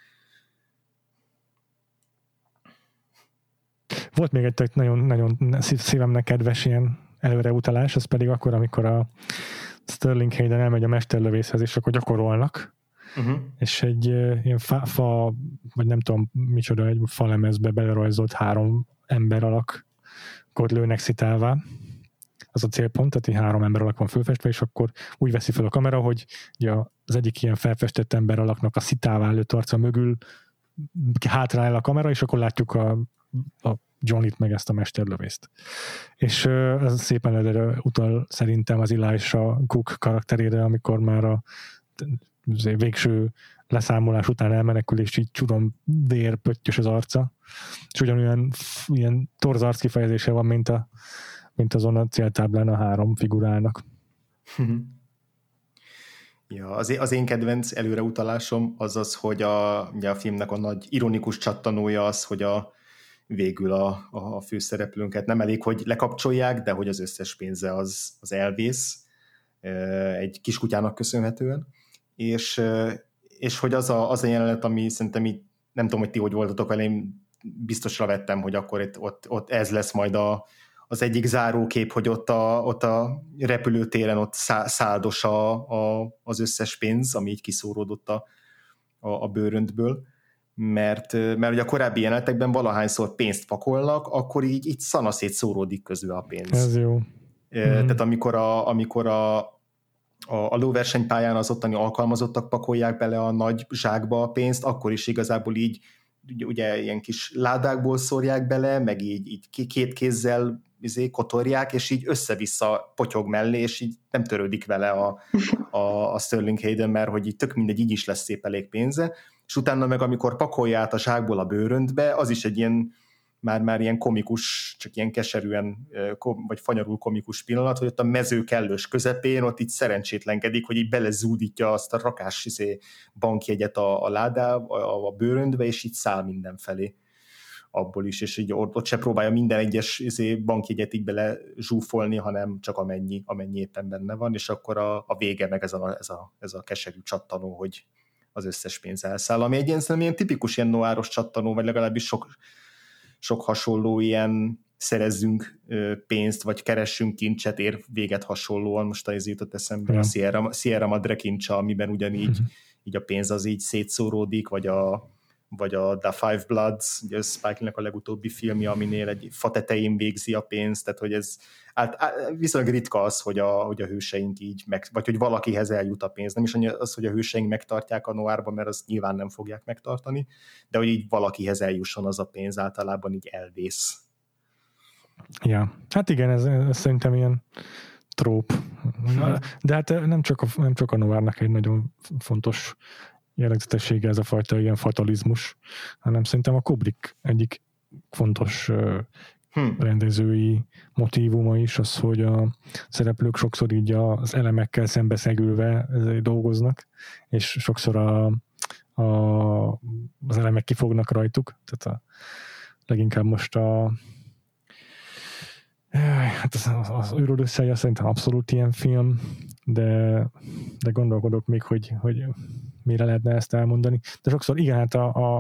Volt még egy nagyon, nagyon szívemnek kedves ilyen előreutalás, az pedig akkor, amikor a Sterling Hayden elmegy a mesterlövészhez, és akkor gyakorolnak, és egy ilyen fa, vagy nem tudom micsoda, egy falemezbe belerajzolt 3 ember alakot lőnek szitálvá. Az a célpont, tehát így 3 ember alak van fölfestve, és akkor úgy veszi fel a kamera, hogy ugye az egyik ilyen felfestett ember alaknak a szitálvá előtt arca mögül hátrál a kamera, és akkor látjuk a Johnnyt meg ezt a mesterlövészt. És ez szépen előre utal szerintem az Elisha Cook karakterére, amikor már a végső leszámolás után elmenekül, és így csurom vérpöttyös az arca, és ugyanolyan ilyen torz arc kifejezése van, mint azon a céltáblán a 3 figurának. Ja, az én kedvenc előreutalásom az az, hogy ugye a filmnek a nagy ironikus csattanója az, hogy végül a főszereplőnket nem elég, hogy lekapcsolják, de hogy az összes pénze az elvész egy kiskutyának köszönhetően, és hogy az a jelenet, ami szerintem így, nem tudom, hogy ti hogy voltatok vele, én biztosra vettem, hogy akkor ott ez lesz majd az egyik zárókép, hogy ott a repülőtéren ott száldos az összes pénz, ami így kiszóródott a bőröntből, mert ugye a korábbi jelenetekben valahányszor pénzt pakolnak, akkor így szanaszét szóródik közben a pénz. Ez jó. Tehát amikor a lóversenypályán az ottani alkalmazottak pakolják bele a nagy zsákba a pénzt, akkor is igazából így ugye ilyen kis ládákból szórják bele, meg így 2 kézzel kotorják, és így össze-vissza potyog mellé, és így nem törődik vele a Sterling Hayden, mert hogy így tök mindegy, így is lesz szép elég pénze, és utána meg amikor pakolja át a zsákból a bőröntbe, az is egy ilyen már ilyen komikus, csak ilyen keserűen, vagy fanyarul komikus pillanat, hogy ott a mező kellős közepén ott így szerencsétlenkedik, hogy így belezúdítja azt a rakás bankjegyet a ládába, a bőröntbe, és így száll mindenfelé abból is, és így ott se próbálja minden egyes bankjegyet így bele zsúfolni, hanem csak amennyi éppen benne van, és akkor a vége meg ez a keserű csattanó, hogy az összes pénz elszáll, ami egy ilyen tipikus ilyen noáros csattanó, vagy legalábbis sok hasonló ilyen szerezzünk pénzt, vagy keressünk kincset, ér véget hasonlóan, most ez jutott eszembe, a Sierra Madre kincse, amiben ugyanígy így a pénz az így szétszóródik, vagy a The Five Bloods, ugye Spike Lee-nek a legutóbbi filmje, aminél egy fa tetején végzi a pénzt, tehát hogy ez viszonylag ritka az, hogy a hőseink így, vagy hogy valakihez eljut a pénz. Nem is az, hogy a hőseink megtartják a noárban, mert azt nyilván nem fogják megtartani, de hogy így valakihez eljusson az a pénz, általában így elvész. Ja, hát igen, ez szerintem ilyen tróp. De hát nem csak a noárnak egy nagyon fontos jellegzetessége ez a fajta ilyen fatalizmus, hanem szerintem a Kubrick egyik fontos rendezői motívuma is az, hogy a szereplők sokszor így az elemekkel szembeszegülve dolgoznak, és sokszor az elemek kifognak rajtuk. Tehát leginkább most hát az őröd összeje szerintem abszolút ilyen film, de gondolkodok még, hogy mire lehetne ezt elmondani. De sokszor igen, hát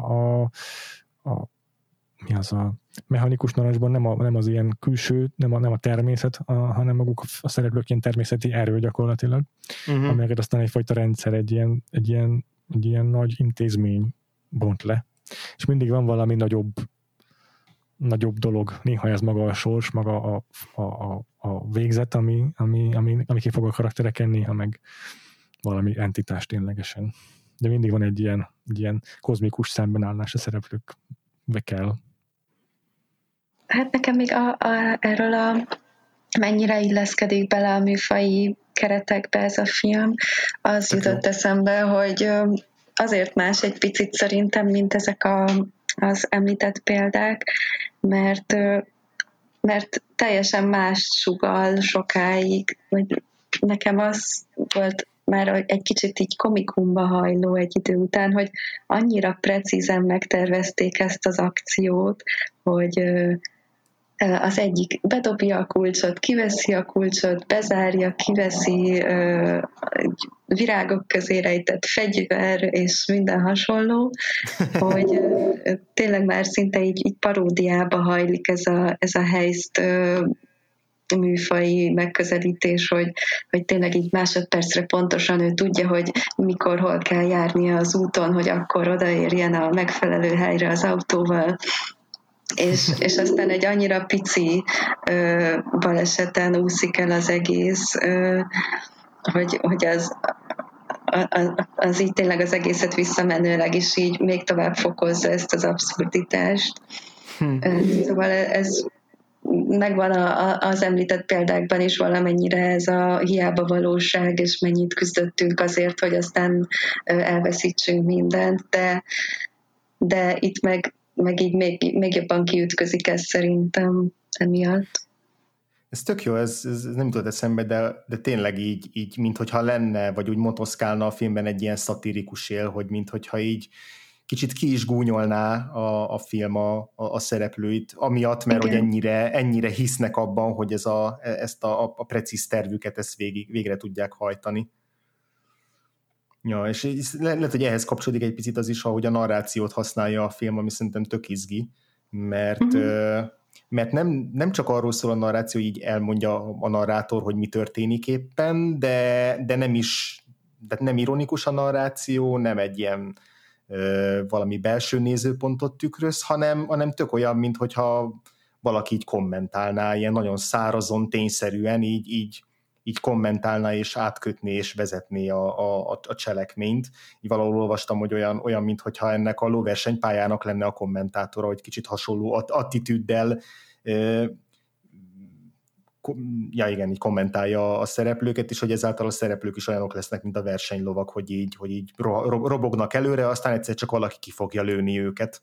mi az a mechanikus narancsban nem az ilyen külső, nem a természet, hanem maguk a szereplők ilyen természeti erő gyakorlatilag, amelyeket aztán egyfajta rendszer, egy ilyen nagy intézmény bont le. És mindig van valami nagyobb dolog. Néha ez maga a sors, maga a végzet, ami ki fog a karaktereken, néha meg valami entitás ténylegesen. De mindig van egy ilyen kozmikus szembenállás a szereplők kell. Hát nekem még erről mennyire illeszkedik bele a műfaji keretekbe ez a film, az jutott eszembe, hogy azért más egy picit szerintem, mint ezek az említett példák, mert mert teljesen más sugall sokáig, vagy nekem az volt már egy kicsit így komikumba hajló egy idő után, hogy annyira precízen megtervezték ezt az akciót, hogy az egyik bedobja a kulcsot, kiveszi a kulcsot, bezárja, kiveszi, virágok közé rejtett fegyver, és minden hasonló, hogy tényleg már szinte így paródiába hajlik ez a heist műfai megközelítés, hogy tényleg így másodpercre pontosan ő tudja, hogy mikor, hol kell járnia az úton, hogy akkor odaérjen a megfelelő helyre az autóval, és aztán egy annyira pici baleseten úszik el az egész, hogy az így tényleg az egészet visszamenőleg is így még tovább fokozza ezt az abszurditást. Szóval ez megvan az említett példákban is valamennyire ez a hiába valóság, és mennyit küzdöttünk azért, hogy aztán elveszítsünk mindent, de itt meg így még jobban kiütközik ez szerintem emiatt. Ez tök jó, ez nem jutott eszembe, de tényleg így minthogyha lenne, vagy úgy motoszkálna a filmben egy ilyen szatirikus él, hogy minthogyha így kicsit ki is gúnyolná a film a szereplőit, amiatt, mert hogy ennyire hisznek abban, hogy ezt a precíz tervüket ezt végre tudják hajtani. Ja, és lehet, hogy ehhez kapcsolódik egy picit az is, ahogy a narrációt használja a film, ami szerintem tök izgi, mert nem csak arról szól a narráció, így elmondja a narrátor, hogy mi történik éppen, de nem ironikus a narráció, nem egy ilyen valami belső nézőpontot tükröz, hanem tök olyan, minthogyha valaki így kommentálná, ilyen nagyon szárazon, tényszerűen így kommentálná és átkötné és vezetné a cselekményt. Így valahol olvastam, hogy olyan minthogyha ennek a lóversenypályának lenne a kommentátora, hogy kicsit hasonló attitűddel így kommentálja a szereplőket, és hogy ezáltal a szereplők is olyanok lesznek, mint a versenylovak, hogy így robognak előre, aztán egyszer csak valaki ki fogja lőni őket.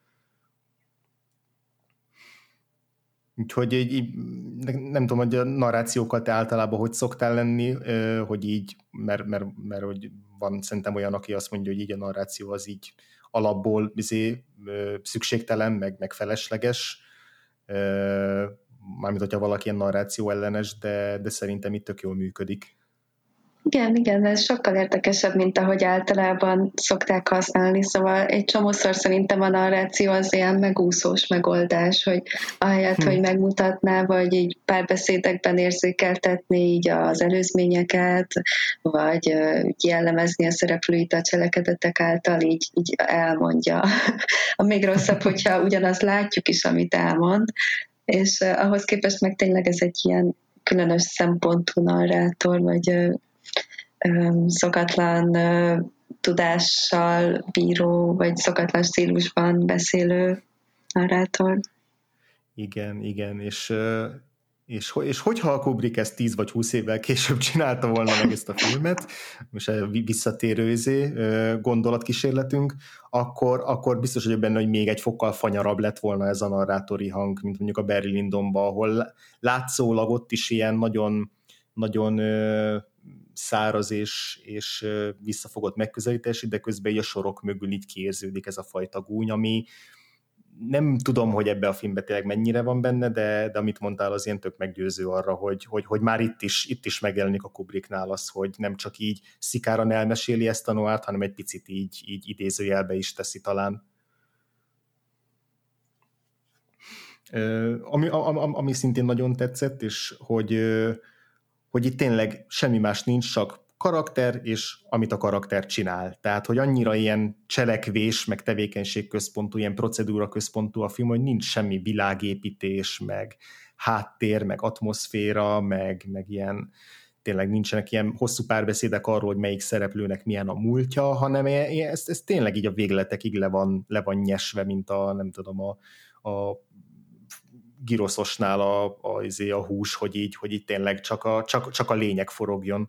Úgyhogy így, nem tudom, hogy a narrációkkal te általában hogy szoktál lenni, hogy így, mert hogy van szerintem olyan, aki azt mondja, hogy így a narráció az így alapból szükségtelen, meg felesleges, mármint, hogyha valaki ilyen narráció ellenes, de szerintem itt tök jól működik. Igen, ez sokkal érdekesebb, mint ahogy általában szokták használni, szóval egy csomószor szerintem a narráció az ilyen megúszós megoldás, hogy ahelyett, hogy megmutatná, vagy így párbeszédekben érzékeltetni így az előzményeket, vagy jellemezni a szereplőit a cselekedetek által, így elmondja. A még rosszabb, hogyha ugyanazt látjuk is, amit elmond, és ahhoz képest meg tényleg ez egy ilyen különös szempontú narrátor, vagy szokatlan tudással bíró, vagy szokatlan stílusban beszélő narrátor. Igen, és hogyha a Kubrick ezt 10 vagy 20 évvel később csinálta volna meg ezt a filmet, most visszatérő gondolatkísérletünk, akkor biztos vagyok benne, hogy még egy fokkal fanyarabb lett volna ez a narrátori hang, mint mondjuk a Barry Lyndonban, ahol látszólag ott is ilyen nagyon, nagyon száraz és visszafogott megközelítés, de közben így a sorok mögül így kiérződik ez a fajta gúny, ami nem tudom, hogy ebbe a filmbe tényleg mennyire van benne, de amit mondtál, az ilyen tök meggyőző arra, hogy már itt is megjelenik a Kubricknál az, hogy nem csak így szikáran elmeséli ezt a noárt, hanem egy picit így idézőjelbe is teszi talán. Ami szintén nagyon tetszett, és hogy itt tényleg semmi más nincs, csak karakter, és amit a karakter csinál. Tehát, hogy annyira ilyen cselekvés, meg tevékenység központú, ilyen procedúra központú a film, hogy nincs semmi világépítés, meg háttér, meg atmoszféra, meg ilyen, tényleg nincsenek ilyen hosszú párbeszédek arról, hogy melyik szereplőnek milyen a múltja, hanem ez tényleg így a végletekig le van nyesve, mint a giroszosnál a hús, hogy így tényleg csak a lényeg forogjon.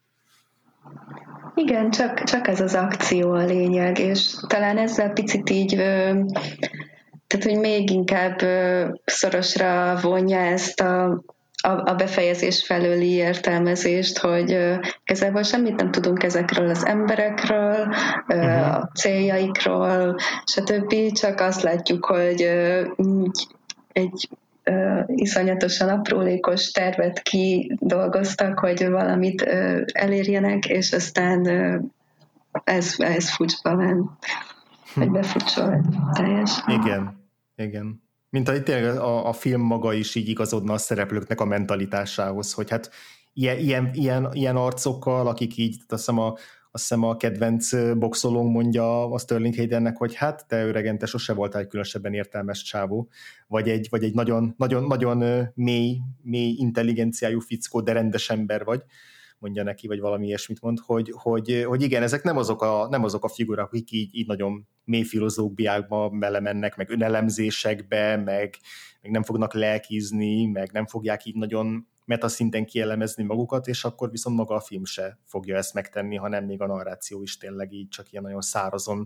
Igen, csak ez az akció a lényeg, és talán ezzel picit így tehát, hogy még inkább szorosra vonja ezt a befejezés felőli értelmezést, hogy igazából semmit nem tudunk ezekről az emberekről, a céljaikról, stb. Csak azt látjuk, hogy egy iszonyatosan aprólékos tervet kidolgoztak, hogy valamit elérjenek, és aztán ez fucsba ment, vagy befutcsol teljesen. Igen. Mint ahogy tényleg a film maga is így igazodna a szereplőknek a mentalitásához, hogy hát ilyen arcokkal, akik így, azt hiszem a kedvenc boxolónk mondja a Sterling Haydennek, hogy hát te öregen, te sose voltál egy különösebben értelmes csávó, vagy egy nagyon mély intelligenciájú fickó, de rendes ember vagy, mondja neki, vagy valami ilyesmit mond, hogy igen, ezek nem azok a figurák, akik így nagyon mély filozófiákba belemennek, meg önelemzésekbe, meg nem fognak lelkizni, meg nem fogják így nagyon metaszinten kielemezni magukat, és akkor viszont maga a film se fogja ezt megtenni, hanem még a narráció is tényleg így csak ilyen nagyon szárazon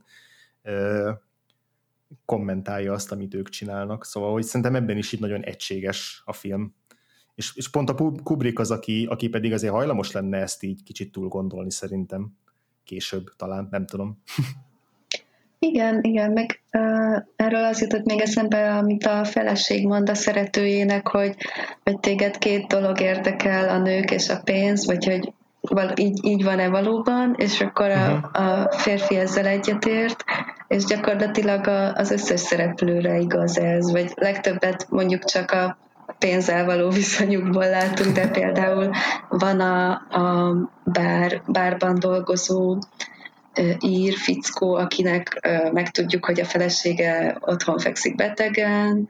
kommentálja azt, amit ők csinálnak. Szóval, hogy szerintem ebben is így nagyon egységes a film. És pont a Kubrick az, aki pedig azért hajlamos lenne ezt így kicsit túl gondolni szerintem. Később talán, nem tudom. Igen, meg erről az jutott még eszembe, amit a feleség mond a szeretőjének, hogy téged két dolog érdekel, a nők és a pénz, vagy hogy így van-e valóban, és akkor a férfi ezzel egyetért, és gyakorlatilag az összes szereplőre igaz ez, vagy legtöbbet mondjuk csak a pénzzel való viszonyukból látunk, de például van a bárban dolgozó ír fickó, akinek megtudjuk, hogy a felesége otthon fekszik betegen.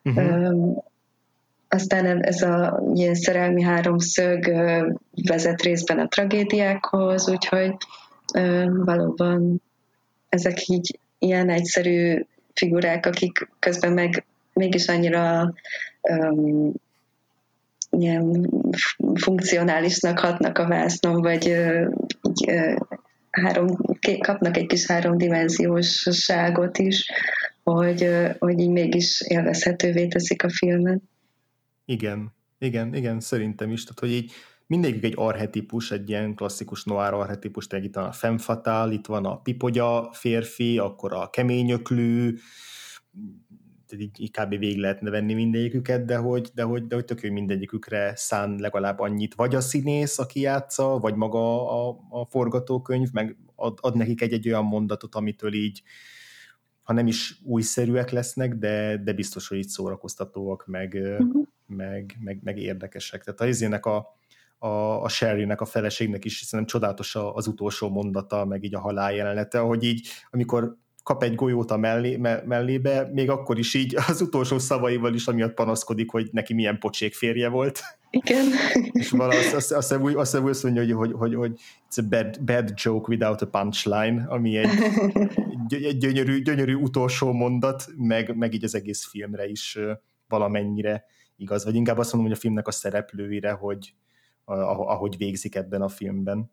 Aztán ez a ilyen szerelmi háromszög vezet részben a tragédiákhoz, úgyhogy valóban ezek így ilyen egyszerű figurák, akik közben meg mégis annyira ilyen funkcionálisnak hatnak a vásznon, vagy így kapnak egy kis háromdimenziósságot is, hogy így mégis élvezhetővé teszik a filmet. Igen, szerintem is. Tehát, hogy így mindegyik egy archetipus, egy ilyen klasszikus noir archetipus, tehát itt van a femme fatale, itt van a pipogya férfi, akkor a keményöklű, így kb. Végig lehetne venni mindegyiküket, de hogy tök jó, mindegyikükre szán legalább annyit, vagy a színész, aki játsza, vagy maga a forgatókönyv, meg ad nekik egy olyan mondatot, amitől így, ha nem is újszerűek lesznek, de biztos, hogy így szórakoztatóak, meg érdekesek. Tehát az izének a Sherry-nek, a feleségnek is szerintem csodálatos az utolsó mondata, meg így a halál jelenete, ahogy így, amikor kap egy golyót a mellébe, még akkor is így az utolsó szavaival is amiatt panaszkodik, hogy neki milyen pocsék férje volt. Igen. És azt hiszem úgy mondja, hogy it's a bad joke without a punchline, ami egy gyönyörű utolsó mondat, meg így az egész filmre is valamennyire igaz. Vagy inkább azt mondom, hogy a filmnek a szereplőire, hogy ahogy végzik ebben a filmben.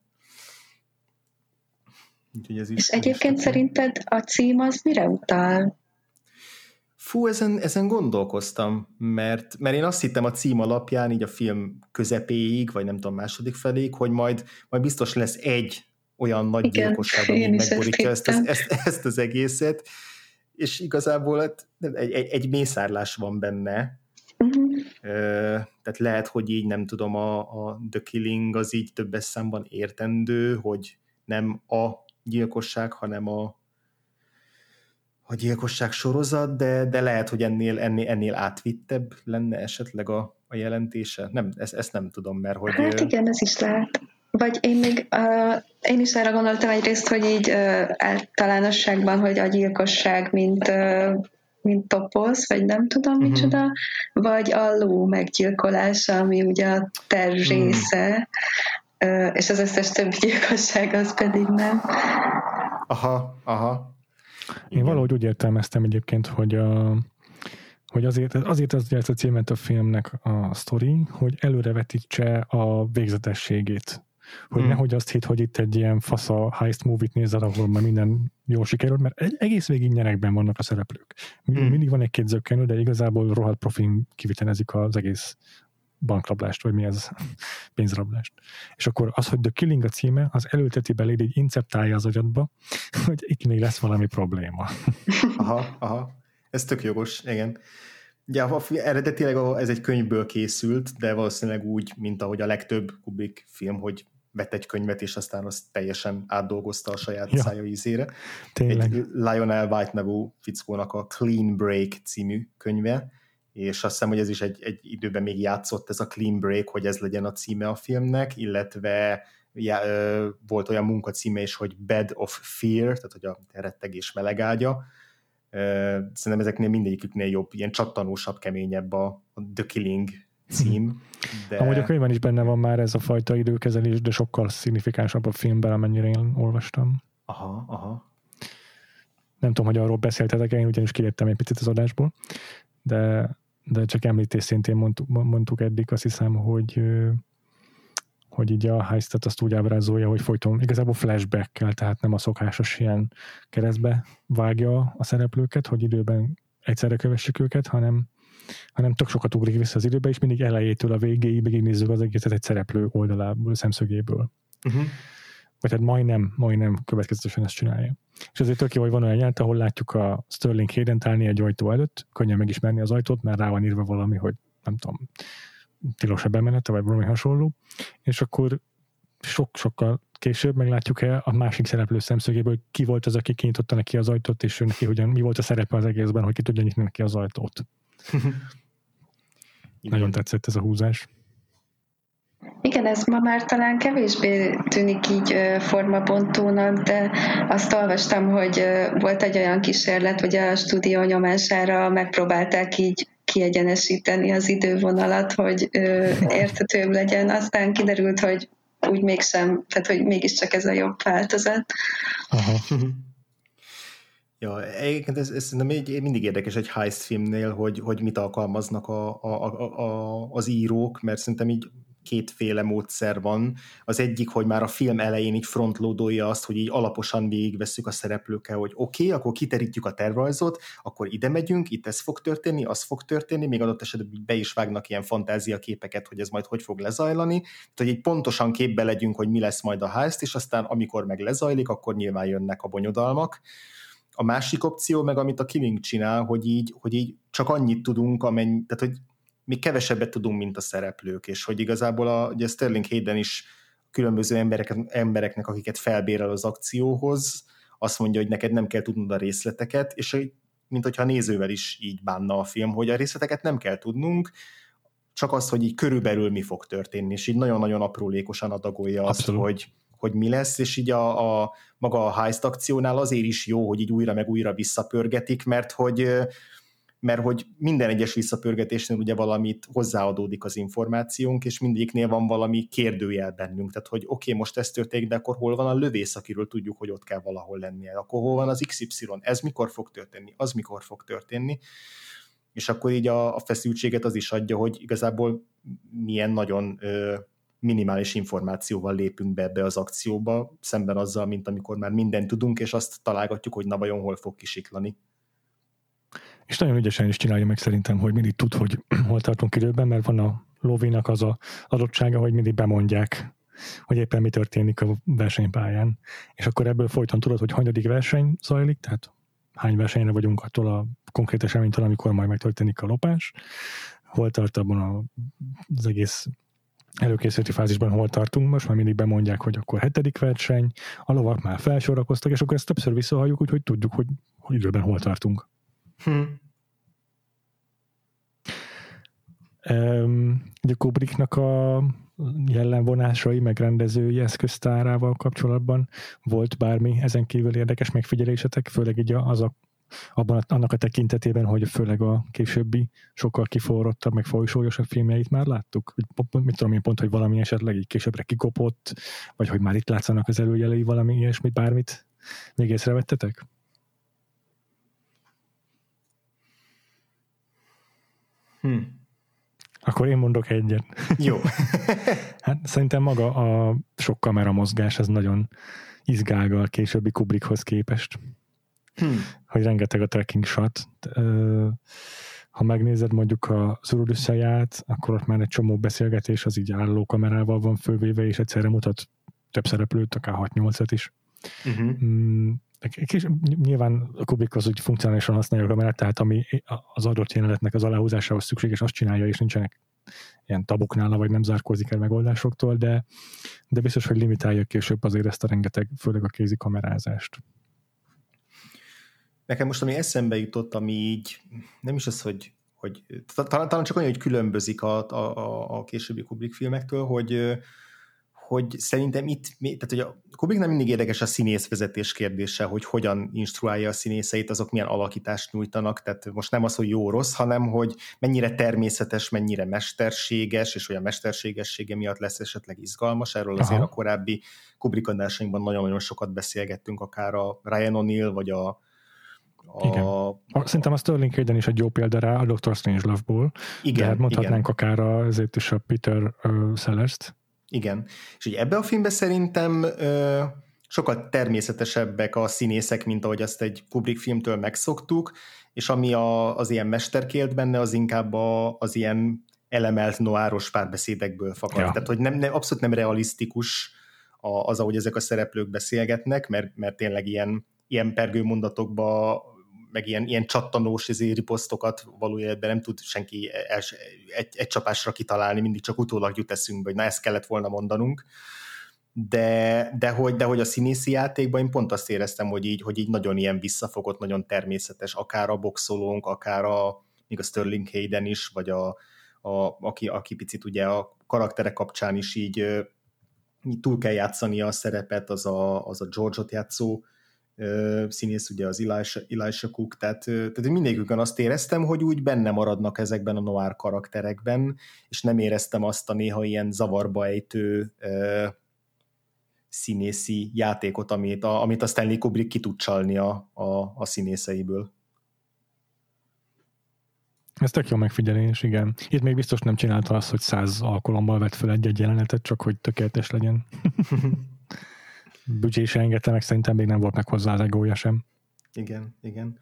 És egyébként szerinted a cím az mire utal? Fú, ezen gondolkoztam, mert én azt hittem a cím alapján, így a film közepéig, vagy nem tudom, második feléig, hogy majd biztos lesz egy olyan nagy gyilkosság, ami megborítja ezt az egészet, és igazából egy mészárlás van benne. Tehát lehet, hogy így nem tudom, a The Killing az így többes számban értendő, hogy nem a gyilkosság, hanem a gyilkosság sorozat, de lehet, hogy ennél átvittebb lenne esetleg a jelentése. Nem, ezt nem tudom, mert hogy... Hát igen, ez is lehet. Vagy én is arra gondoltam egyrészt, hogy így általánosságban, hogy a gyilkosság, mint topoz, vagy nem tudom micsoda, vagy a ló meggyilkolása, ami ugye a terv része, és az összes többi gyilkosság az pedig nem. Aha. Én valahogy úgy értelmeztem egyébként, hogy azért az a címet a filmnek a sztori, hogy előrevetítse a végzetességét. hogy nehogy azt hitt, hogy itt egy ilyen fasza heist movie-t nézel, ahol már minden jól sikerült, mert egész végig nyerekben vannak a szereplők. Mindig van egy-két zökkenő, de igazából rohadt profin kivitelezik az egész bankrablást, vagy mi ez, pénzrablást. És akkor az, hogy The Killing a címe, az előteti beléd, így inceptálja az agyadba, hogy itt még lesz valami probléma. Aha. Ez tök jogos, igen. Ugye eredetileg ez egy könyvből készült, de valószínűleg úgy, mint ahogy a legtöbb Kubrick film, hogy vett egy könyvet, és aztán azt teljesen átdolgozta a saját szája ízére. Tényleg. Egy Lionel White nevű fickónak a Clean Break című könyve, és azt hiszem, hogy ez is egy időben még játszott ez a Clean Break, hogy ez legyen a címe a filmnek, illetve volt olyan munkacíme is, hogy Bed of Fear, tehát hogy a rettegés melegágya. Szerintem ezeknél mindegyiküknél jobb, ilyen csattanósabb, keményebb a The Killing cím. De... Amúgy a könyvben is benne van már ez a fajta időkezelés, de sokkal szignifikánsabb a filmben, amennyire én olvastam. Aha. Nem tudom, hogy arról beszéltetek, én ugyanis kiléptem egy picit az adásból, de csak említés szintén mondtuk eddig, azt hiszem, hogy így a heistet azt úgy ábrázolja, hogy folyton igazából flashback-kel, tehát nem a szokásos ilyen keresztbe vágja a szereplőket, hogy időben egyszerre kövessük őket, hanem tök sokat ugrik vissza az időbe, és mindig elejétől a végéig végignézzük az egészet egy szereplő oldalából, szemszögéből. Vagy hát majdnem következetesen ezt csinálja. És azért tök jó, hogy van olyan jelent, ahol látjuk a Sterling Hayden-t állni egy ajtó előtt, könnyen megismerni az ajtót, mert rá van írva valami, hogy nem tudom, tilos-e bemenete, vagy valami hasonló, és akkor sokkal később meglátjuk el a másik szereplő szemszögéből, hogy ki volt az, aki kinyitotta neki az ajtót, és neki mi volt a szerepe az egészben, hogy ki tudja nyitni neki az ajtót. Nagyon tetszett ez a húzás. Igen, ez ma már talán kevésbé tűnik így formabontónak, de azt olvastam, hogy volt egy olyan kísérlet, hogy a stúdió nyomására megpróbálták így kiegyenesíteni az idővonalat, hogy érthetőbb legyen. Aztán kiderült, hogy úgy mégsem, tehát hogy mégiscsak ez a jobb változat. Aha. Ja, egyébként ez mindig érdekes egy heist filmnél, hogy mit alkalmaznak az írók, mert szerintem így kétféle módszer van. Az egyik, hogy már a film elején így frontloadolja azt, hogy így alaposan végigvesszük a szereplőkkel, hogy oké, akkor kiterítjük a tervrajzot, akkor ide megyünk, itt ez fog történni, az fog történni, még adott esetben be is vágnak ilyen fantáziaképeket, hogy ez majd hogy fog lezajlani, tehát hogy így pontosan képbe legyünk, hogy mi lesz majd a heist, és aztán amikor meg lezajlik, akkor nyilván jönnek a bonyodalmak. A másik opció meg, amit a Killing csinál, hogy így csak annyit tudunk, tehát hogy még kevesebbet tudunk, mint a szereplők, és hogy igazából ugye Sterling Hayden is különböző embereknek, akiket felbérel az akcióhoz, azt mondja, hogy neked nem kell tudnod a részleteket, és mint hogyha a nézővel is így bánna a film, hogy a részleteket nem kell tudnunk, csak az, hogy így körülbelül mi fog történni, és így nagyon-nagyon aprólékosan adagolja azt, hogy mi lesz, és így a maga a heist akciónál azért is jó, hogy így újra meg újra visszapörgetik, mert hogy minden egyes visszapörgetésnél ugye valamit hozzáadódik az információnk, és mindegyiknél van valami kérdőjel bennünk, tehát hogy oké, most ez történik, de akkor hol van a lövész, akiről tudjuk, hogy ott kell valahol lennie, akkor hol van az XY, ez mikor fog történni, az mikor fog történni, és akkor így a feszültséget az is adja, hogy igazából milyen nagyon minimális információval lépünk be ebbe az akcióba, szemben azzal, mint amikor már mindent tudunk, és azt találgatjuk, hogy na vajon hol fog kisiklani. És nagyon ügyesen is csinálja meg szerintem, hogy mindig tud, hogy hol tartunk időben, mert van a lovinak az a adottsága, hogy mindig bemondják, hogy éppen mi történik a versenypályán. És akkor ebből folyton tudod, hogy hanyadik verseny zajlik, tehát hány versenyre vagyunk attól a konkrét eseménytől, amikor majd megtörténik a lopás, hol tart abban az egész előkészületi fázisban hol tartunk, most már mindig bemondják, hogy akkor 7. verseny, a lovak már felsorakoztak, és akkor ezt többször visszahalljuk, úgyhogy tudjuk, hogy időben hol tartunk. Ugye Kubricknak a jellemvonásai, meg rendezői eszköztárával kapcsolatban volt bármi ezen kívül érdekes megfigyelésetek, főleg így annak a tekintetében, hogy főleg a későbbi, sokkal kiforrottabb, meg folyosólyosabb filmjeit már láttuk? Mit tudom én pont, hogy valami esetleg így későbbre kikopott, vagy hogy már itt látszanak az előjelei, valami ilyesmit, bármit még észrevettetek? Akkor én mondok egyet. Jó. Hát szerintem maga a sok kamera mozgás, ez nagyon izgálga a későbbi Kubrickhoz képest. Hogy rengeteg a tracking shot. Ha megnézed mondjuk az Odüsszeiát, akkor ott már egy csomó beszélgetés az így álló kamerával van fölvéve, és egyszerre mutat több szereplőt, akár 6-8-et is. Nyilván a Kubrick az úgy funkcionálisan használja a kamerát, tehát ami az adott jelenetnek az aláhúzásához szükséges, azt csinálja, és nincsenek ilyen tabuk nála, vagy nem zárkózik el megoldásoktól, de biztos, hogy limitálja később azért ezt a rengeteg, főleg a kézi kamerázást. Nekem most, ami eszembe jutott, ami így, nem is az, hogy talán csak olyan, hogy különbözik a későbbi Kubrick filmektől, hogy szerintem tehát hogy a Kubricknál mindig érdekes a színészvezetés kérdése, hogy hogyan instruálja a színészeit, azok milyen alakítást nyújtanak, tehát most nem az, hogy jó-rossz, hanem hogy mennyire természetes, mennyire mesterséges, és olyan mesterségessége miatt lesz esetleg izgalmas. Erről azért a korábbi Kubrick adásainkban nagyon-nagyon sokat beszélgettünk, akár a Ryan O'Neal, vagy Szerintem a Sterling Hayden is egy jó példa rá a Dr. Strangelove-ból, de hát mondhatnánk akár azért is a Peter Sellers-t. Igen, és ugye ebbe a filmben szerintem sokkal természetesebbek a színészek, mint ahogy azt egy Kubrick filmtől megszoktuk, és ami az ilyen mesterkélt benne, az inkább az ilyen elemelt noáros párbeszédekből fakad. Ja. Tehát, hogy abszolút nem realisztikus az, ahogy ezek a szereplők beszélgetnek, mert tényleg ilyen pergőmondatokba, meg ilyen csattanós riposztokat valójában nem tud senki egy csapásra kitalálni, mindig csak utólag jut eszünkbe, hogy na, ezt kellett volna mondanunk. De hogy a színészi játékban én pont azt éreztem, hogy így nagyon ilyen visszafogott, nagyon természetes, akár a boxolónk, akár még a Sterling Hayden is, vagy aki picit ugye a karakterek kapcsán is így túl kell játszani a szerepet, az a George-ot játszó színész, ugye az Elisha Cook, tehát mindegyikükön azt éreztem, hogy úgy benne maradnak ezekben a noir karakterekben, és nem éreztem azt a néha ilyen zavarba ejtő színészi játékot, amit a Stanley Kubrick ki tud csalni a színészeiből. Ez tök jó megfigyelés, igen. Itt még biztos nem csinálta azt, hogy 100 alkalommal vett fel egy jelenetet, csak hogy tökéletes legyen. Büdzsé se engedte meg, szerintem még nem volt meg hozzá az egója sem. Igen.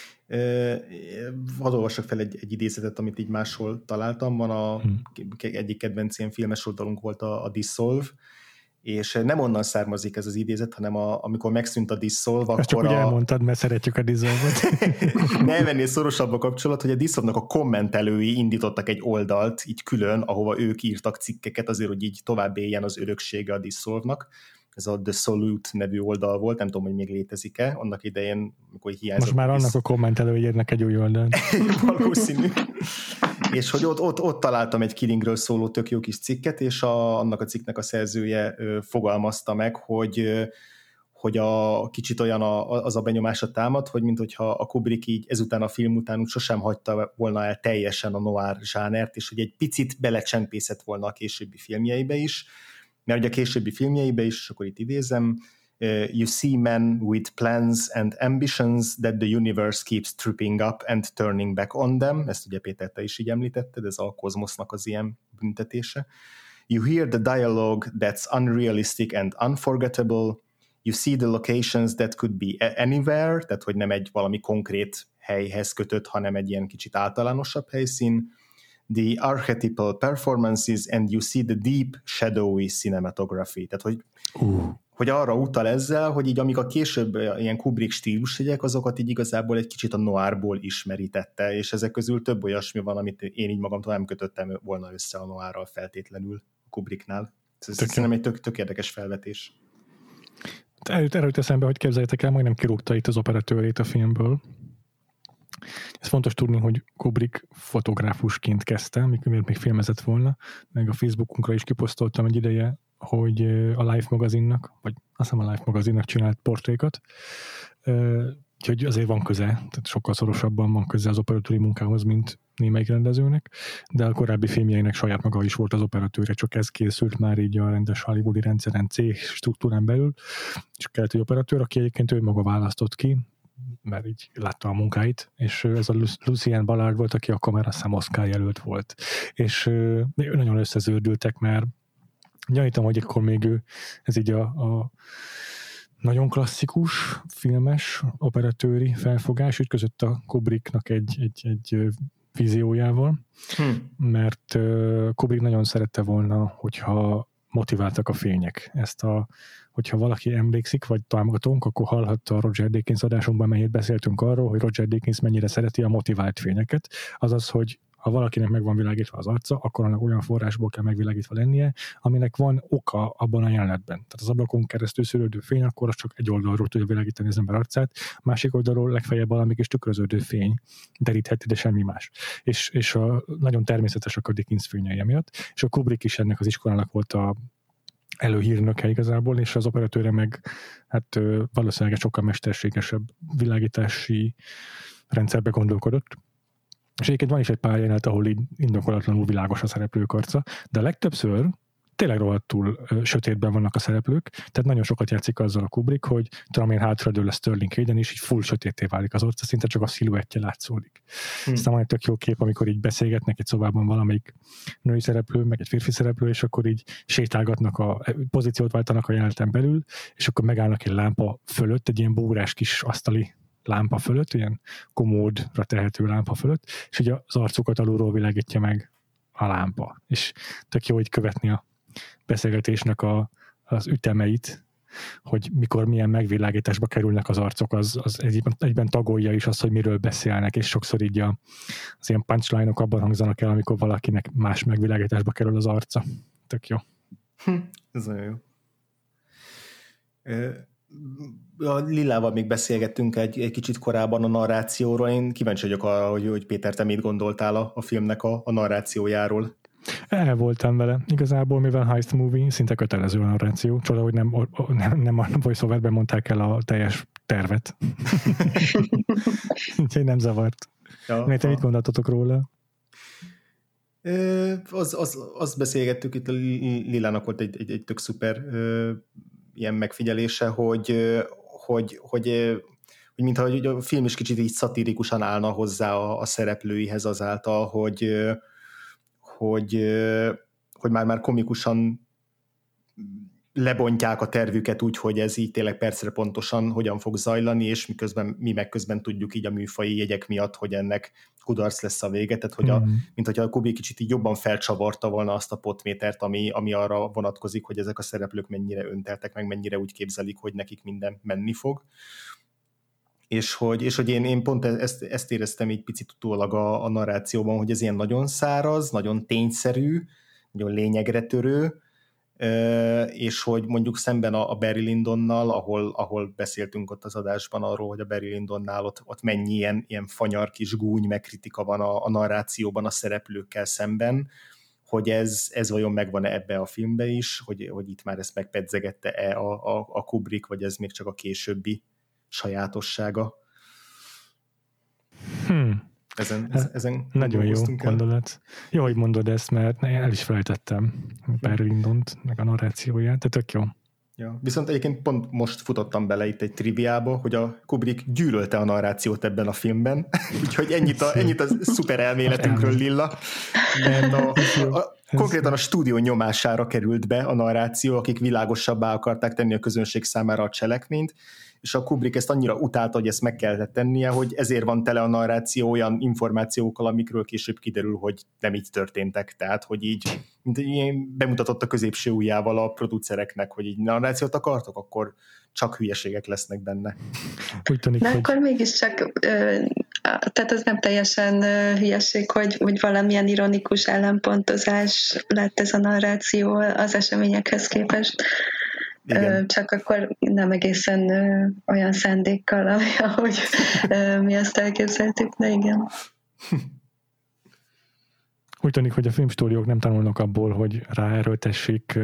Hadd olvassak fel egy idézetet, amit így máshol találtam. Van egyik kedvenc ilyen filmes oldalunk volt a Dissolve, és nem onnan származik ez az idézet, hanem amikor megszűnt a Dissolve, akkor csak úgy elmondtad, mert szeretjük a Dissolve-ot. Nem ennél szorosabb a kapcsolat, hogy a Dissolve-nak a kommentelői indítottak egy oldalt, így külön, ahova ők írtak cikkeket, azért, hogy így tovább éljen az öröksége a Dissolve-nak. Ez a The Solute nevű oldal volt, nem tudom, hogy még létezik-e, annak idején, amikor hiányzott. Most már annak a kommentelői írnak egy új oldalt. Valószínű. És hogy ott találtam egy Killingről szóló tök jó kis cikket, és annak a cikknek a szerzője fogalmazta meg, hogy kicsit olyan az a benyomása támad, hogy minthogyha a Kubrick így ezután a film után úgy sosem hagyta volna el teljesen a noir zsánert, és hogy egy picit belecsempészett volna a későbbi filmjeibe is, mert ugye a későbbi filmjeibe is, és akkor itt idézem, you see men with plans and ambitions that the universe keeps tripping up and turning back on them. Ezt ugye Péter, te is így említetted, ez a kozmosznak az ilyen büntetése. You hear the dialogue that's unrealistic and unforgettable. You see the locations that could be anywhere, tehát hogy nem egy valami konkrét helyhez kötött, hanem egy ilyen kicsit általánosabb helyszín. The archetypal performances and you see the deep, shadowy cinematography. Tehát, hogy arra utal ezzel, hogy így amik a később ilyen Kubrick stílusjegyek, azokat így igazából egy kicsit a noirból ismerítette, és ezek közül több olyasmi van, amit én így magamtól nem kötöttem volna össze a noirral feltétlenül Kubricknál. Ez szerintem egy tök érdekes felvetés. Erről eszembe, hogy képzeljétek el, majdnem kirúgta itt az operatőrét a filmből. Ez fontos tudni, hogy Kubrick fotográfusként kezdte, mikor még filmezett volna, meg a Facebookunkra is kiposztoltam egy ideje, hogy a Life magazinnak, vagy azt hiszem a Life magazinnak csinált portrékat, úgyhogy azért van köze, tehát sokkal szorosabban van köze az operatőri munkához, mint némelyik rendezőnek, de a korábbi filmjeinek saját maga is volt az operatőre, csak ez készült már így a rendes hollywoodi rendszeren, cég struktúrán belül, és kellett egy operatőr, aki egyébként ő maga választott ki, mert így látta a munkáit, és ez a Lucien Ballard volt, aki akkor már azt hiszem Oscar jelölt volt. És nagyon összezördültek, mert gyanítom, hogy akkor még ez így a nagyon klasszikus, filmes, operatőri felfogás ütközött a Kubricknak egy víziójával, mert Kubrick nagyon szerette volna, hogyha motiváltak a fények. Hogyha valaki emlékszik, vagy támogatónk, akkor hallhatta a Roger Deakins adásunkban, melyet beszéltünk arról, hogy Roger Deakins mennyire szereti a motivált fényeket. Azaz, hogy ha valakinek meg van világítva az arca, akkor annak olyan forrásból kell megvilágítva lennie, aminek van oka abban a jelenetben. Tehát az ablakon keresztül szűrődő fény, akkor az csak egy oldalról tudja világítani az ember arcát, másik oldalról legfeljebb valami kis tükröződő fény derítheti, de semmi más. És nagyon természetesek a Deakins fényei emiatt, és a Kubrick is ennek az iskolának volt a előhírnöke igazából, és az operatőre meg hát valószínűleg egy sokkal mesterségesebb világítási rendszerbe gondolkodott. És egyébként van is egy pár jelenet, ahol így indokolatlanul világos a szereplők arca, de a legtöbbször tényleg rohadtul sötétben vannak a szereplők, tehát nagyon sokat játszik azzal a Kubrick, hogy tudom én hátradől lesz Sterling Hayden, és így full sötétté válik az arca, szinte csak a sziluettje látszódik. Aztán van egy tök jó kép, amikor így beszélgetnek egy szobában valamelyik női szereplő, meg egy férfi szereplő, és akkor így sétálgatnak, a pozíciót váltanak a jeleneten belül, és akkor megállnak egy lámpa fölött, egy ilyen búrás kis asztali lámpa fölött, ilyen komódra tehető lámpa fölött, és ugye az arcukat alulról világítja meg a lámpa. És tök jó így követni a beszélgetésnek az ütemeit, hogy mikor milyen megvilágításba kerülnek az arcok, az egyben tagolja is azt, hogy miről beszélnek, és sokszor így az ilyen punchline-ok abban hangzanak el, amikor valakinek más megvilágításba kerül az arca. Tök jó. Ez nagyon jó. A Lillával még beszélgettünk egy kicsit korábban a narrációról. Én kíváncsi vagyok arra, hogy Péter, te mit gondoltál a filmnek a narrációjáról. El voltam vele. Igazából, mivel heist movie, szinte kötelező a narráció. Csoda, hogy nem a voice-overben mondták el a teljes tervet. Úgyhogy nem zavart. Ja, te mit gondoltatok róla? Azt beszélgettük, itt a Lillának volt egy tök szuper ilyen megfigyelése, hogy mintha a film is kicsit így szatirikusan állna hozzá a szereplőihez azáltal, hogy már komikusan lebontják a tervüket úgy, hogy ez így tényleg percre pontosan hogyan fog zajlani, és mi meg közben tudjuk így a műfaji jegyek miatt, hogy ennek kudarc lesz a vége, tehát hogy mint hogyha a Kubrick kicsit így jobban felcsavarta volna azt a potmétert, ami arra vonatkozik, hogy ezek a szereplők mennyire önteltek, meg mennyire úgy képzelik, hogy nekik minden menni fog. És hogy én pont ezt éreztem így picit utólag a narrációban, hogy ez ilyen nagyon száraz, nagyon tényszerű, nagyon lényegre törő, és hogy mondjuk szemben a Barry Lyndonnal, ahol beszéltünk ott az adásban arról, hogy a Barry Lyndonnál ott mennyi ilyen fanyar kis gúny, meg kritika van a narrációban a szereplőkkel szemben, hogy ez vajon megvan-e ebbe a filmbe is, hogy itt már ezt megpedzegette-e a Kubrick, vagy ez még csak a későbbi sajátossága. Ezen nagyon jó gondolat. Jó, hogy mondod ezt, mert el is felejtettem Barry Lyndont, meg a narrációját, de tök jó. Ja, viszont egyébként pont most futottam bele itt egy triviába, hogy a Kubrick gyűlölte a narrációt ebben a filmben, úgyhogy ennyit a szuper elméletünkről, Lilla, mert konkrétan a stúdió nyomására került be a narráció, akik világosabbá akarták tenni a közönség számára a cselekményt, és a Kubrick ezt annyira utálta, hogy ezt meg kellett tennie, hogy ezért van tele a narráció olyan információkkal, amikről később kiderül, hogy nem így történtek. Tehát, hogy így bemutatott a középső ujjával a producereknek, hogy így narrációt akartok, akkor csak hülyeségek lesznek benne. Úgy tűnik, de akkor mégiscsak, tehát ez nem teljesen hülyeség, hogy valamilyen ironikus ellenpontozás lett ez a narráció az eseményekhez képest. Igen. Csak akkor nem egészen olyan szándékkal, ahogy mi ezt elképzeltük, de igen. Úgy tűnik, hogy a filmstúdiók nem tanulnak abból, hogy ráerőltessék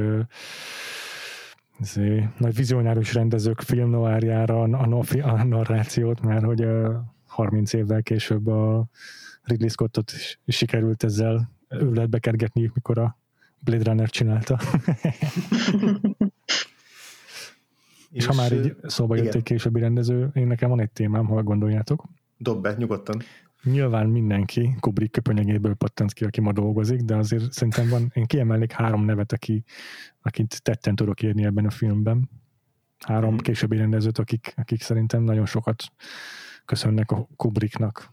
nagy vizionárius rendezők filmnoárjára a narrációt, mert hogy 30 évvel később a Ridley Scottot is sikerült ezzel őrületbe kergetniük, mikor a Blade Runner csinálta. És ha már így szóba jött egy későbbi rendező, én nekem van egy témám, ha gondoljátok. Dob be, nyugodtan. Nyilván mindenki Kubrick köpönyegéből pattant ki, aki ma dolgozik, de azért szerintem én kiemelnék 3 nevet, akit tetten tudok érni ebben a filmben. 3 későbbi rendezőt, akik szerintem nagyon sokat köszönnek a Kubricknak.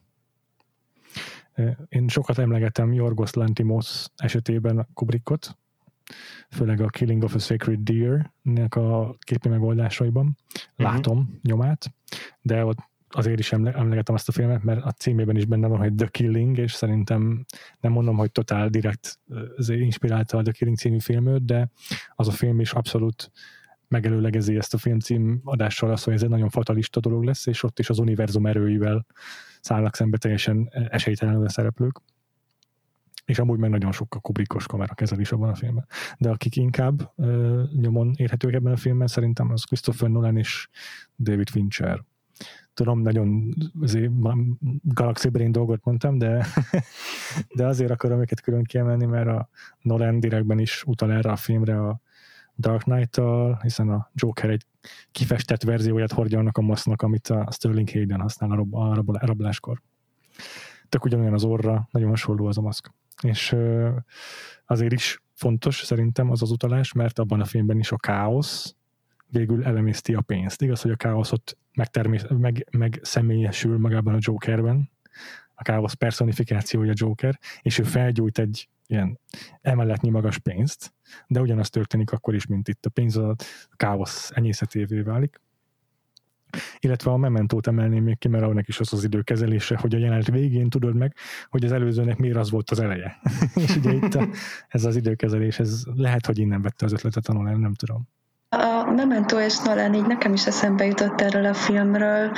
Én sokat emlegetem Yorgos Lanthimos esetében a Kubrickot, főleg a Killing of a Sacred Deer-nek a képi megoldásaiban. Látom nyomát, de ott azért is emlegetem azt a filmet, mert a címében is benne van, hogy The Killing, és szerintem nem mondom, hogy totál direkt inspirálta a The Killing című filmőt, de az a film is abszolút megelőlegezi ezt a filmcím adással azt, hogy ez egy nagyon fatalista dolog lesz, és ott is az univerzum erőivel szállnak szembe teljesen esélytelenül a szereplők. És amúgy meg nagyon sok a Kubrickos kamerakezelés abban a filmben. De akik inkább nyomon érhetők ebben a filmben, szerintem az Christopher Nolan és David Fincher. Tudom, nagyon Galaxy Brain dolgot mondtam, de azért akarom őket külön kiemelni, mert a Nolan direktben is utal erre a filmre a Dark Knight-tal, hiszen a Joker egy kifestett verzióját hordja annak a masznak, amit a Sterling Hayden használ a rabláskor. Tök ugyanolyan az orra, nagyon hasonló az a maszk. És azért is fontos szerintem az utalás, mert abban a filmben is a káosz végül elemészti a pénzt. Igaz, hogy a káosz ott meg személyesül magában a Jokerben, a káosz personifikációja Joker, és ő felgyújt egy ilyen emelletnyi magas pénzt, de ugyanaz történik akkor is, mint itt. A pénz a káosz enyészetévé válik. Illetve a Mementót emelném még ki, mert annak is az időkezelése, hogy a jelenet végén tudod meg, hogy az előzőnek miért az volt az eleje. És ugye itt ez az időkezelés, ez lehet, hogy innen vette az ötletet a Nolan, nem tudom. A Memento és Nolan így nekem is eszembe jutott erről a filmről.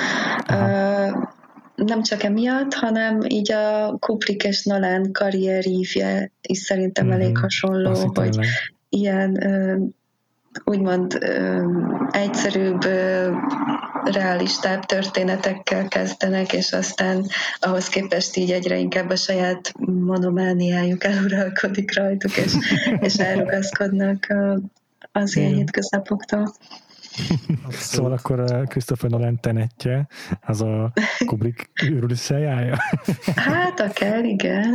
Nem csak emiatt, hanem így a Kubrick és Nolan karrierívje is szerintem elég hasonló, hogy ilyen úgymond egyszerűbb, realistább történetekkel kezdenek, és aztán ahhoz képest így egyre inkább a saját monomániájuk eluralkodik rajtuk, és elrugaszkodnak az ilyen hétköznapoktól. Szóval akkor Christopher Nolan Tenetje, az a Kubrick őrülszeljája? Hát akár, igen.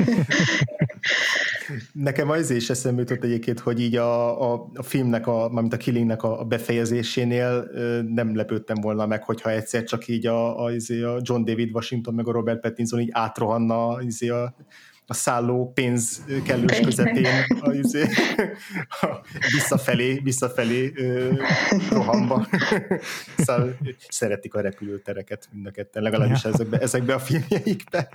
Nekem az is eszembe jutott egyébként, hogy így a filmnek, mármint a Killingnek a befejezésénél nem lepődtem volna meg, hogyha egyszer csak így a John David Washington meg a Robert Pattinson így átrohanna a szálló pénz kellős közepén visszafelé rohamba. Szóval szeretik a repülőtereket mind a ketten, legalábbis ezekbe a filmjeikbe.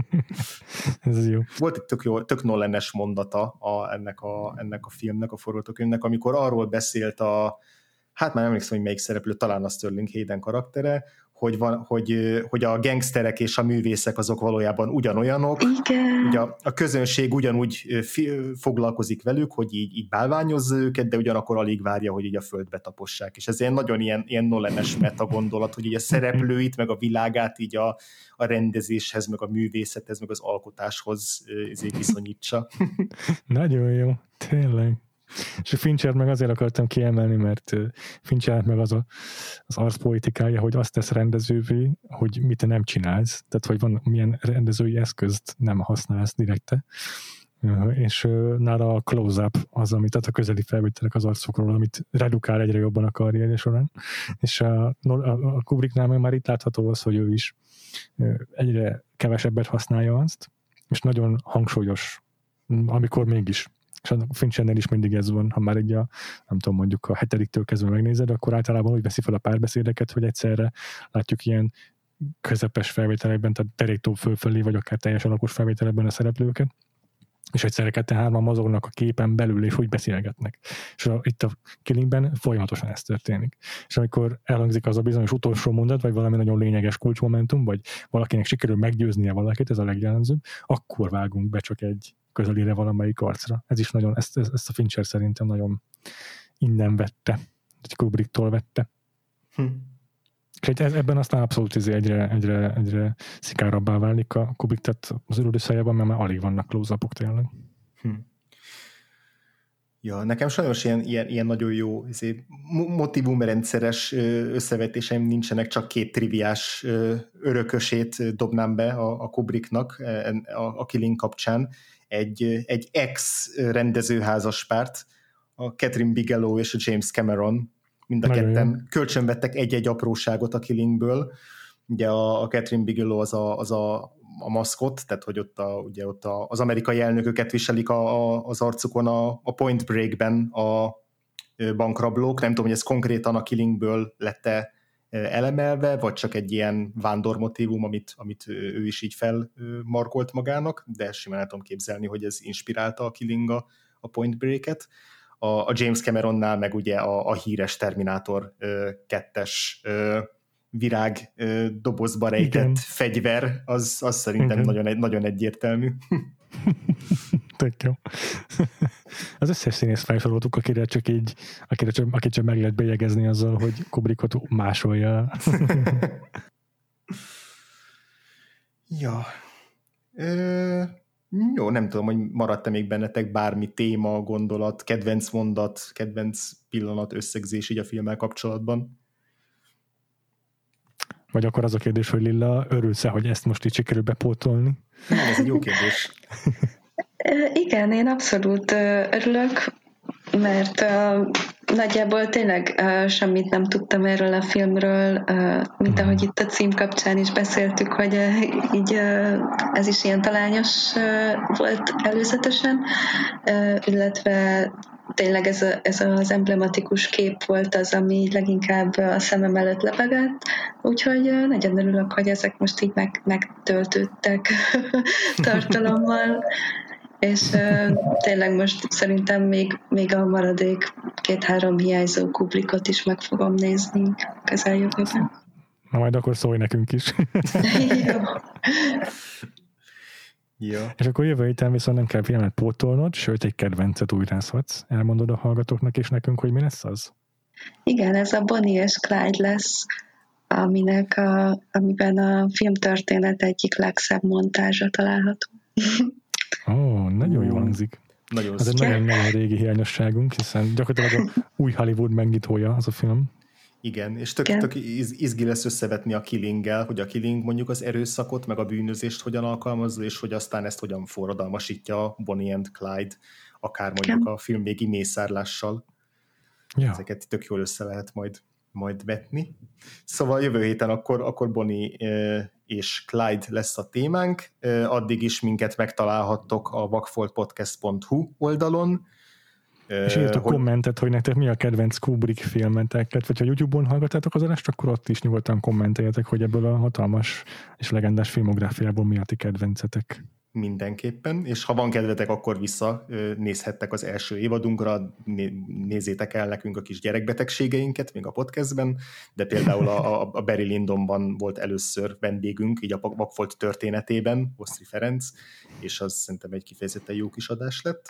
Ez jó. Volt egy tök Nolan-es mondata ennek a filmnek, a forgatókönyvnek, amikor arról beszélt hát már nem emlékszem, hogy melyik szereplő, talán a Sterling Hayden karaktere, hogy a gangsterek és a művészek azok valójában ugyanolyanok. Igen. Ugye a közönség ugyanúgy foglalkozik velük, hogy így bálványozza őket, de ugyanakkor alig várja, hogy így a földbe tapossák. És ez nagyon ilyen Nolan-es meta gondolat, hogy így a szereplőit, meg a világát így a rendezéshez, meg a művészethez, meg az alkotáshoz viszonyítsa. Nagyon jó, tényleg. És a Finchert meg azért akartam kiemelni, mert Finchert meg az arcpolitikája, hogy azt tesz rendezővé, hogy mit te nem csinálsz, tehát hogy van milyen rendezői eszközt nem használsz direkte, és nála a close-up az, tehát a közeli felvételek az arcokról, amit redukál egyre jobban a karrierje során, és a Kubricknál meg már itt látható az, hogy ő is egyre kevesebbet használja azt, és nagyon hangsúlyos, amikor mégis. És a Finchernél is mindig ez van, ha már így nem tudom, mondjuk a 7-től kezdve megnézed, akkor általában úgy veszi fel a párbeszédeket, hogy egyszerre látjuk ilyen közepes felvételekben, tehát deréktől fölfelé, vagy akár teljes alakos felvételekben a szereplőket, és egyszerre 2-3 mozognak a képen belül, és úgy beszélgetnek. És itt a Killingben folyamatosan ez történik. És amikor elhangzik az a bizonyos utolsó mondat, vagy valami nagyon lényeges kulcsmomentum, vagy valakinek sikerül meggyőznie valakit, ez a legjellemzőbb, akkor vágunk be csak egy közelére valamelyik arcra. Ez is nagyon, ezt a Fincher szerintem nagyon innen vette, egy Kubricktól vette. És ebben aztán abszolút egyre szikárabbá válik a Kubrick, tehát az őrülő szájában, mert már alig vannak close-upok tényleg. Ja, nekem sajnos ilyen nagyon jó motivumrendszeres összevetéseim nincsenek, csak 2 triviás örökösét dobnám be a Kubricknak a Killing kapcsán. Egy ex-rendezőházaspárt, a Catherine Bigelow és a James Cameron, mind a nagyon ketten jó. kölcsönvettek egy-egy apróságot a Killingből. Ugye a Catherine Bigelow az a maszkot, tehát hogy ugye ott az amerikai elnököket viselik az arcukon a Point Breakben a bankrablók. Nem tudom, hogy ez konkrétan a Killingből lett-e elemelve, vagy csak egy ilyen vándormotívum, amit ő is így felmarkolt magának, de simán el tudom képzelni, hogy ez inspirálta a Killing a Point Break-et. A James Cameronnál meg ugye a híres Terminátor 2-es virág dobozba rejtett igen. fegyver, az szerintem nagyon egyértelmű. Tök jó. Az összes színész felsoroltuk, akit csak meg lehet bélyegezni azzal, hogy Kubrickot másolja. Ja. Jó, nem tudom, hogy maradt-e még bennetek bármi téma, gondolat, kedvenc mondat, kedvenc pillanat, összegzés így a filmmel kapcsolatban? Vagy akkor az a kérdés, hogy Lilla, örülsz-e, hogy ezt most így sikerül bepótolni? Ez egy jó kérdés. Igen, én abszolút örülök, mert nagyjából tényleg semmit nem tudtam erről a filmről, mint ahogy itt a cím kapcsán is beszéltük, hogy így ez is ilyen talányos volt előzetesen, illetve tényleg ez az emblematikus kép volt az, ami leginkább a szemem előtt lebegett, úgyhogy nagyon örülök, hogy ezek most így megtöltődtek tartalommal, és tényleg most szerintem még a maradék 2-3 hiányzó Kubrickot is meg fogom nézni közeljövőben. Na majd akkor szólj nekünk is. Jó. Ja. És akkor jövő héten viszont nem kell filmet pótolnod, sőt egy kedvencet újrázhatsz. Elmondod a hallgatóknak és nekünk, hogy mi lesz az? Igen, ez a Bonnie és Clyde lesz, amiben a filmtörténet egyik legszebb montázsa található. Nagyon jól hangzik. Ez egy nagyon régi hiányosságunk, hiszen gyakorlatilag a új Hollywood megnyitója az a film. Igen, és tök izgi lesz összevetni a Killinggel, hogy a Killing mondjuk az erőszakot, meg a bűnözést hogyan alkalmazza, és hogy aztán ezt hogyan forradalmasítja Bonnie and Clyde, akár mondjuk a film végi mészárlással. Ja. Ezeket tök jól össze lehet majd vetni. Szóval jövő héten akkor Bonnie és Clyde lesz a témánk. Addig is minket megtalálhattok a vakfoltpodcast.hu oldalon. És írtok kommentet, hogy nektek mi a kedvenc Kubrick filmeteket, vagy ha YouTube-on hallgatátok az adást, akkor ott is nyugodtan kommenteljetek, hogy ebből a hatalmas és legendás filmográfiából mi a ti kedvencetek. Mindenképpen, és ha van kedvetek, akkor visszanézhettek az első évadunkra, nézzétek el nekünk a kis gyerekbetegségeinket még a podcastben, de például a Barry Lyndonban volt először vendégünk, így a Vakfolt történetében, Osztri Ferenc, és az szerintem egy kifejezetten jó kis adás lett.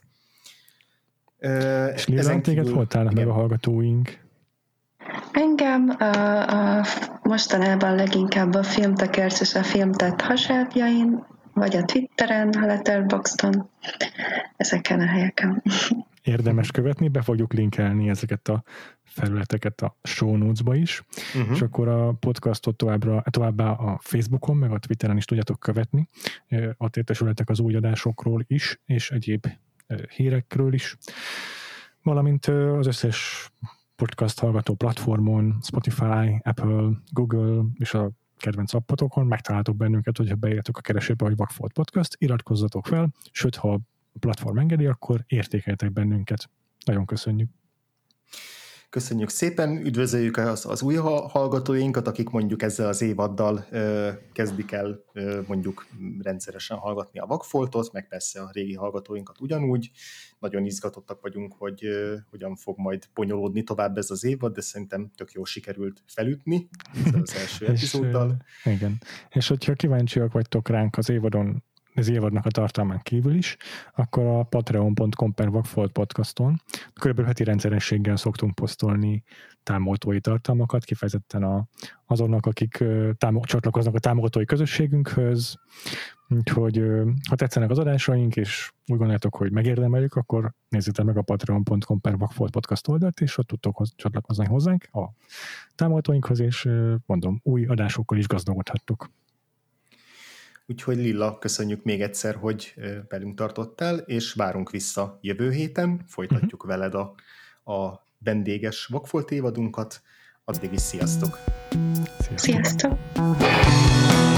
És Lilla, téged hol állnak meg a hallgatóink? Engem mostanában leginkább a Filmtekercs és a Filmtett hasábjain, vagy a Twitteren, a Letterboxdon, ezeken a helyeken. Érdemes követni, be fogjuk linkelni ezeket a felületeket a show notes-ba is, és akkor a podcastot továbbá a Facebookon, meg a Twitteren is tudjátok követni. Ott értesülhetek az új adásokról is, és egyéb hírekről is, valamint az összes podcast hallgató platformon, Spotify, Apple, Google és a kedvenc appotokon megtaláltok bennünket, hogyha beírjátok a keresőbe, hogy Vakfolt Podcast, iratkozzatok fel, sőt, ha a platform engedi, akkor értékeljetek bennünket. Nagyon köszönjük. Köszönjük szépen, üdvözöljük az új hallgatóinkat, akik mondjuk ezzel az évaddal kezdik el mondjuk rendszeresen hallgatni a Vakfoltot, meg persze a régi hallgatóinkat ugyanúgy. Nagyon izgatottak vagyunk, hogy hogyan fog majd bonyolódni tovább ez az évad, de szerintem tök jól sikerült felütni ezzel az első epizóddal. Igen. És hogyha kíváncsiak vagytok ránk az évadon az évadnak a tartalmán kívül is, akkor a patreon.com/Vagfolt podcaston körülbelül heti rendszerességgel szoktunk posztolni támogatói tartalmakat, kifejezetten azonnak, akik csatlakoznak a támogatói közösségünkhöz. Úgyhogy ha tetszenek az adásaink, és úgy gondoljátok, hogy megérdemeljük, akkor nézzétek meg a patreon.com/Vagfolt podcast oldalt, és ott tudtok csatlakozni hozzánk a támogatóinkhoz, és mondom, új adásokkal is gazdagodhattok. Úgyhogy Lilla, köszönjük még egyszer, hogy velünk tartottál, és várunk vissza jövő héten, folytatjuk veled a vendéges Vagfolt évadunkat, addig is sziasztok! Sziasztok!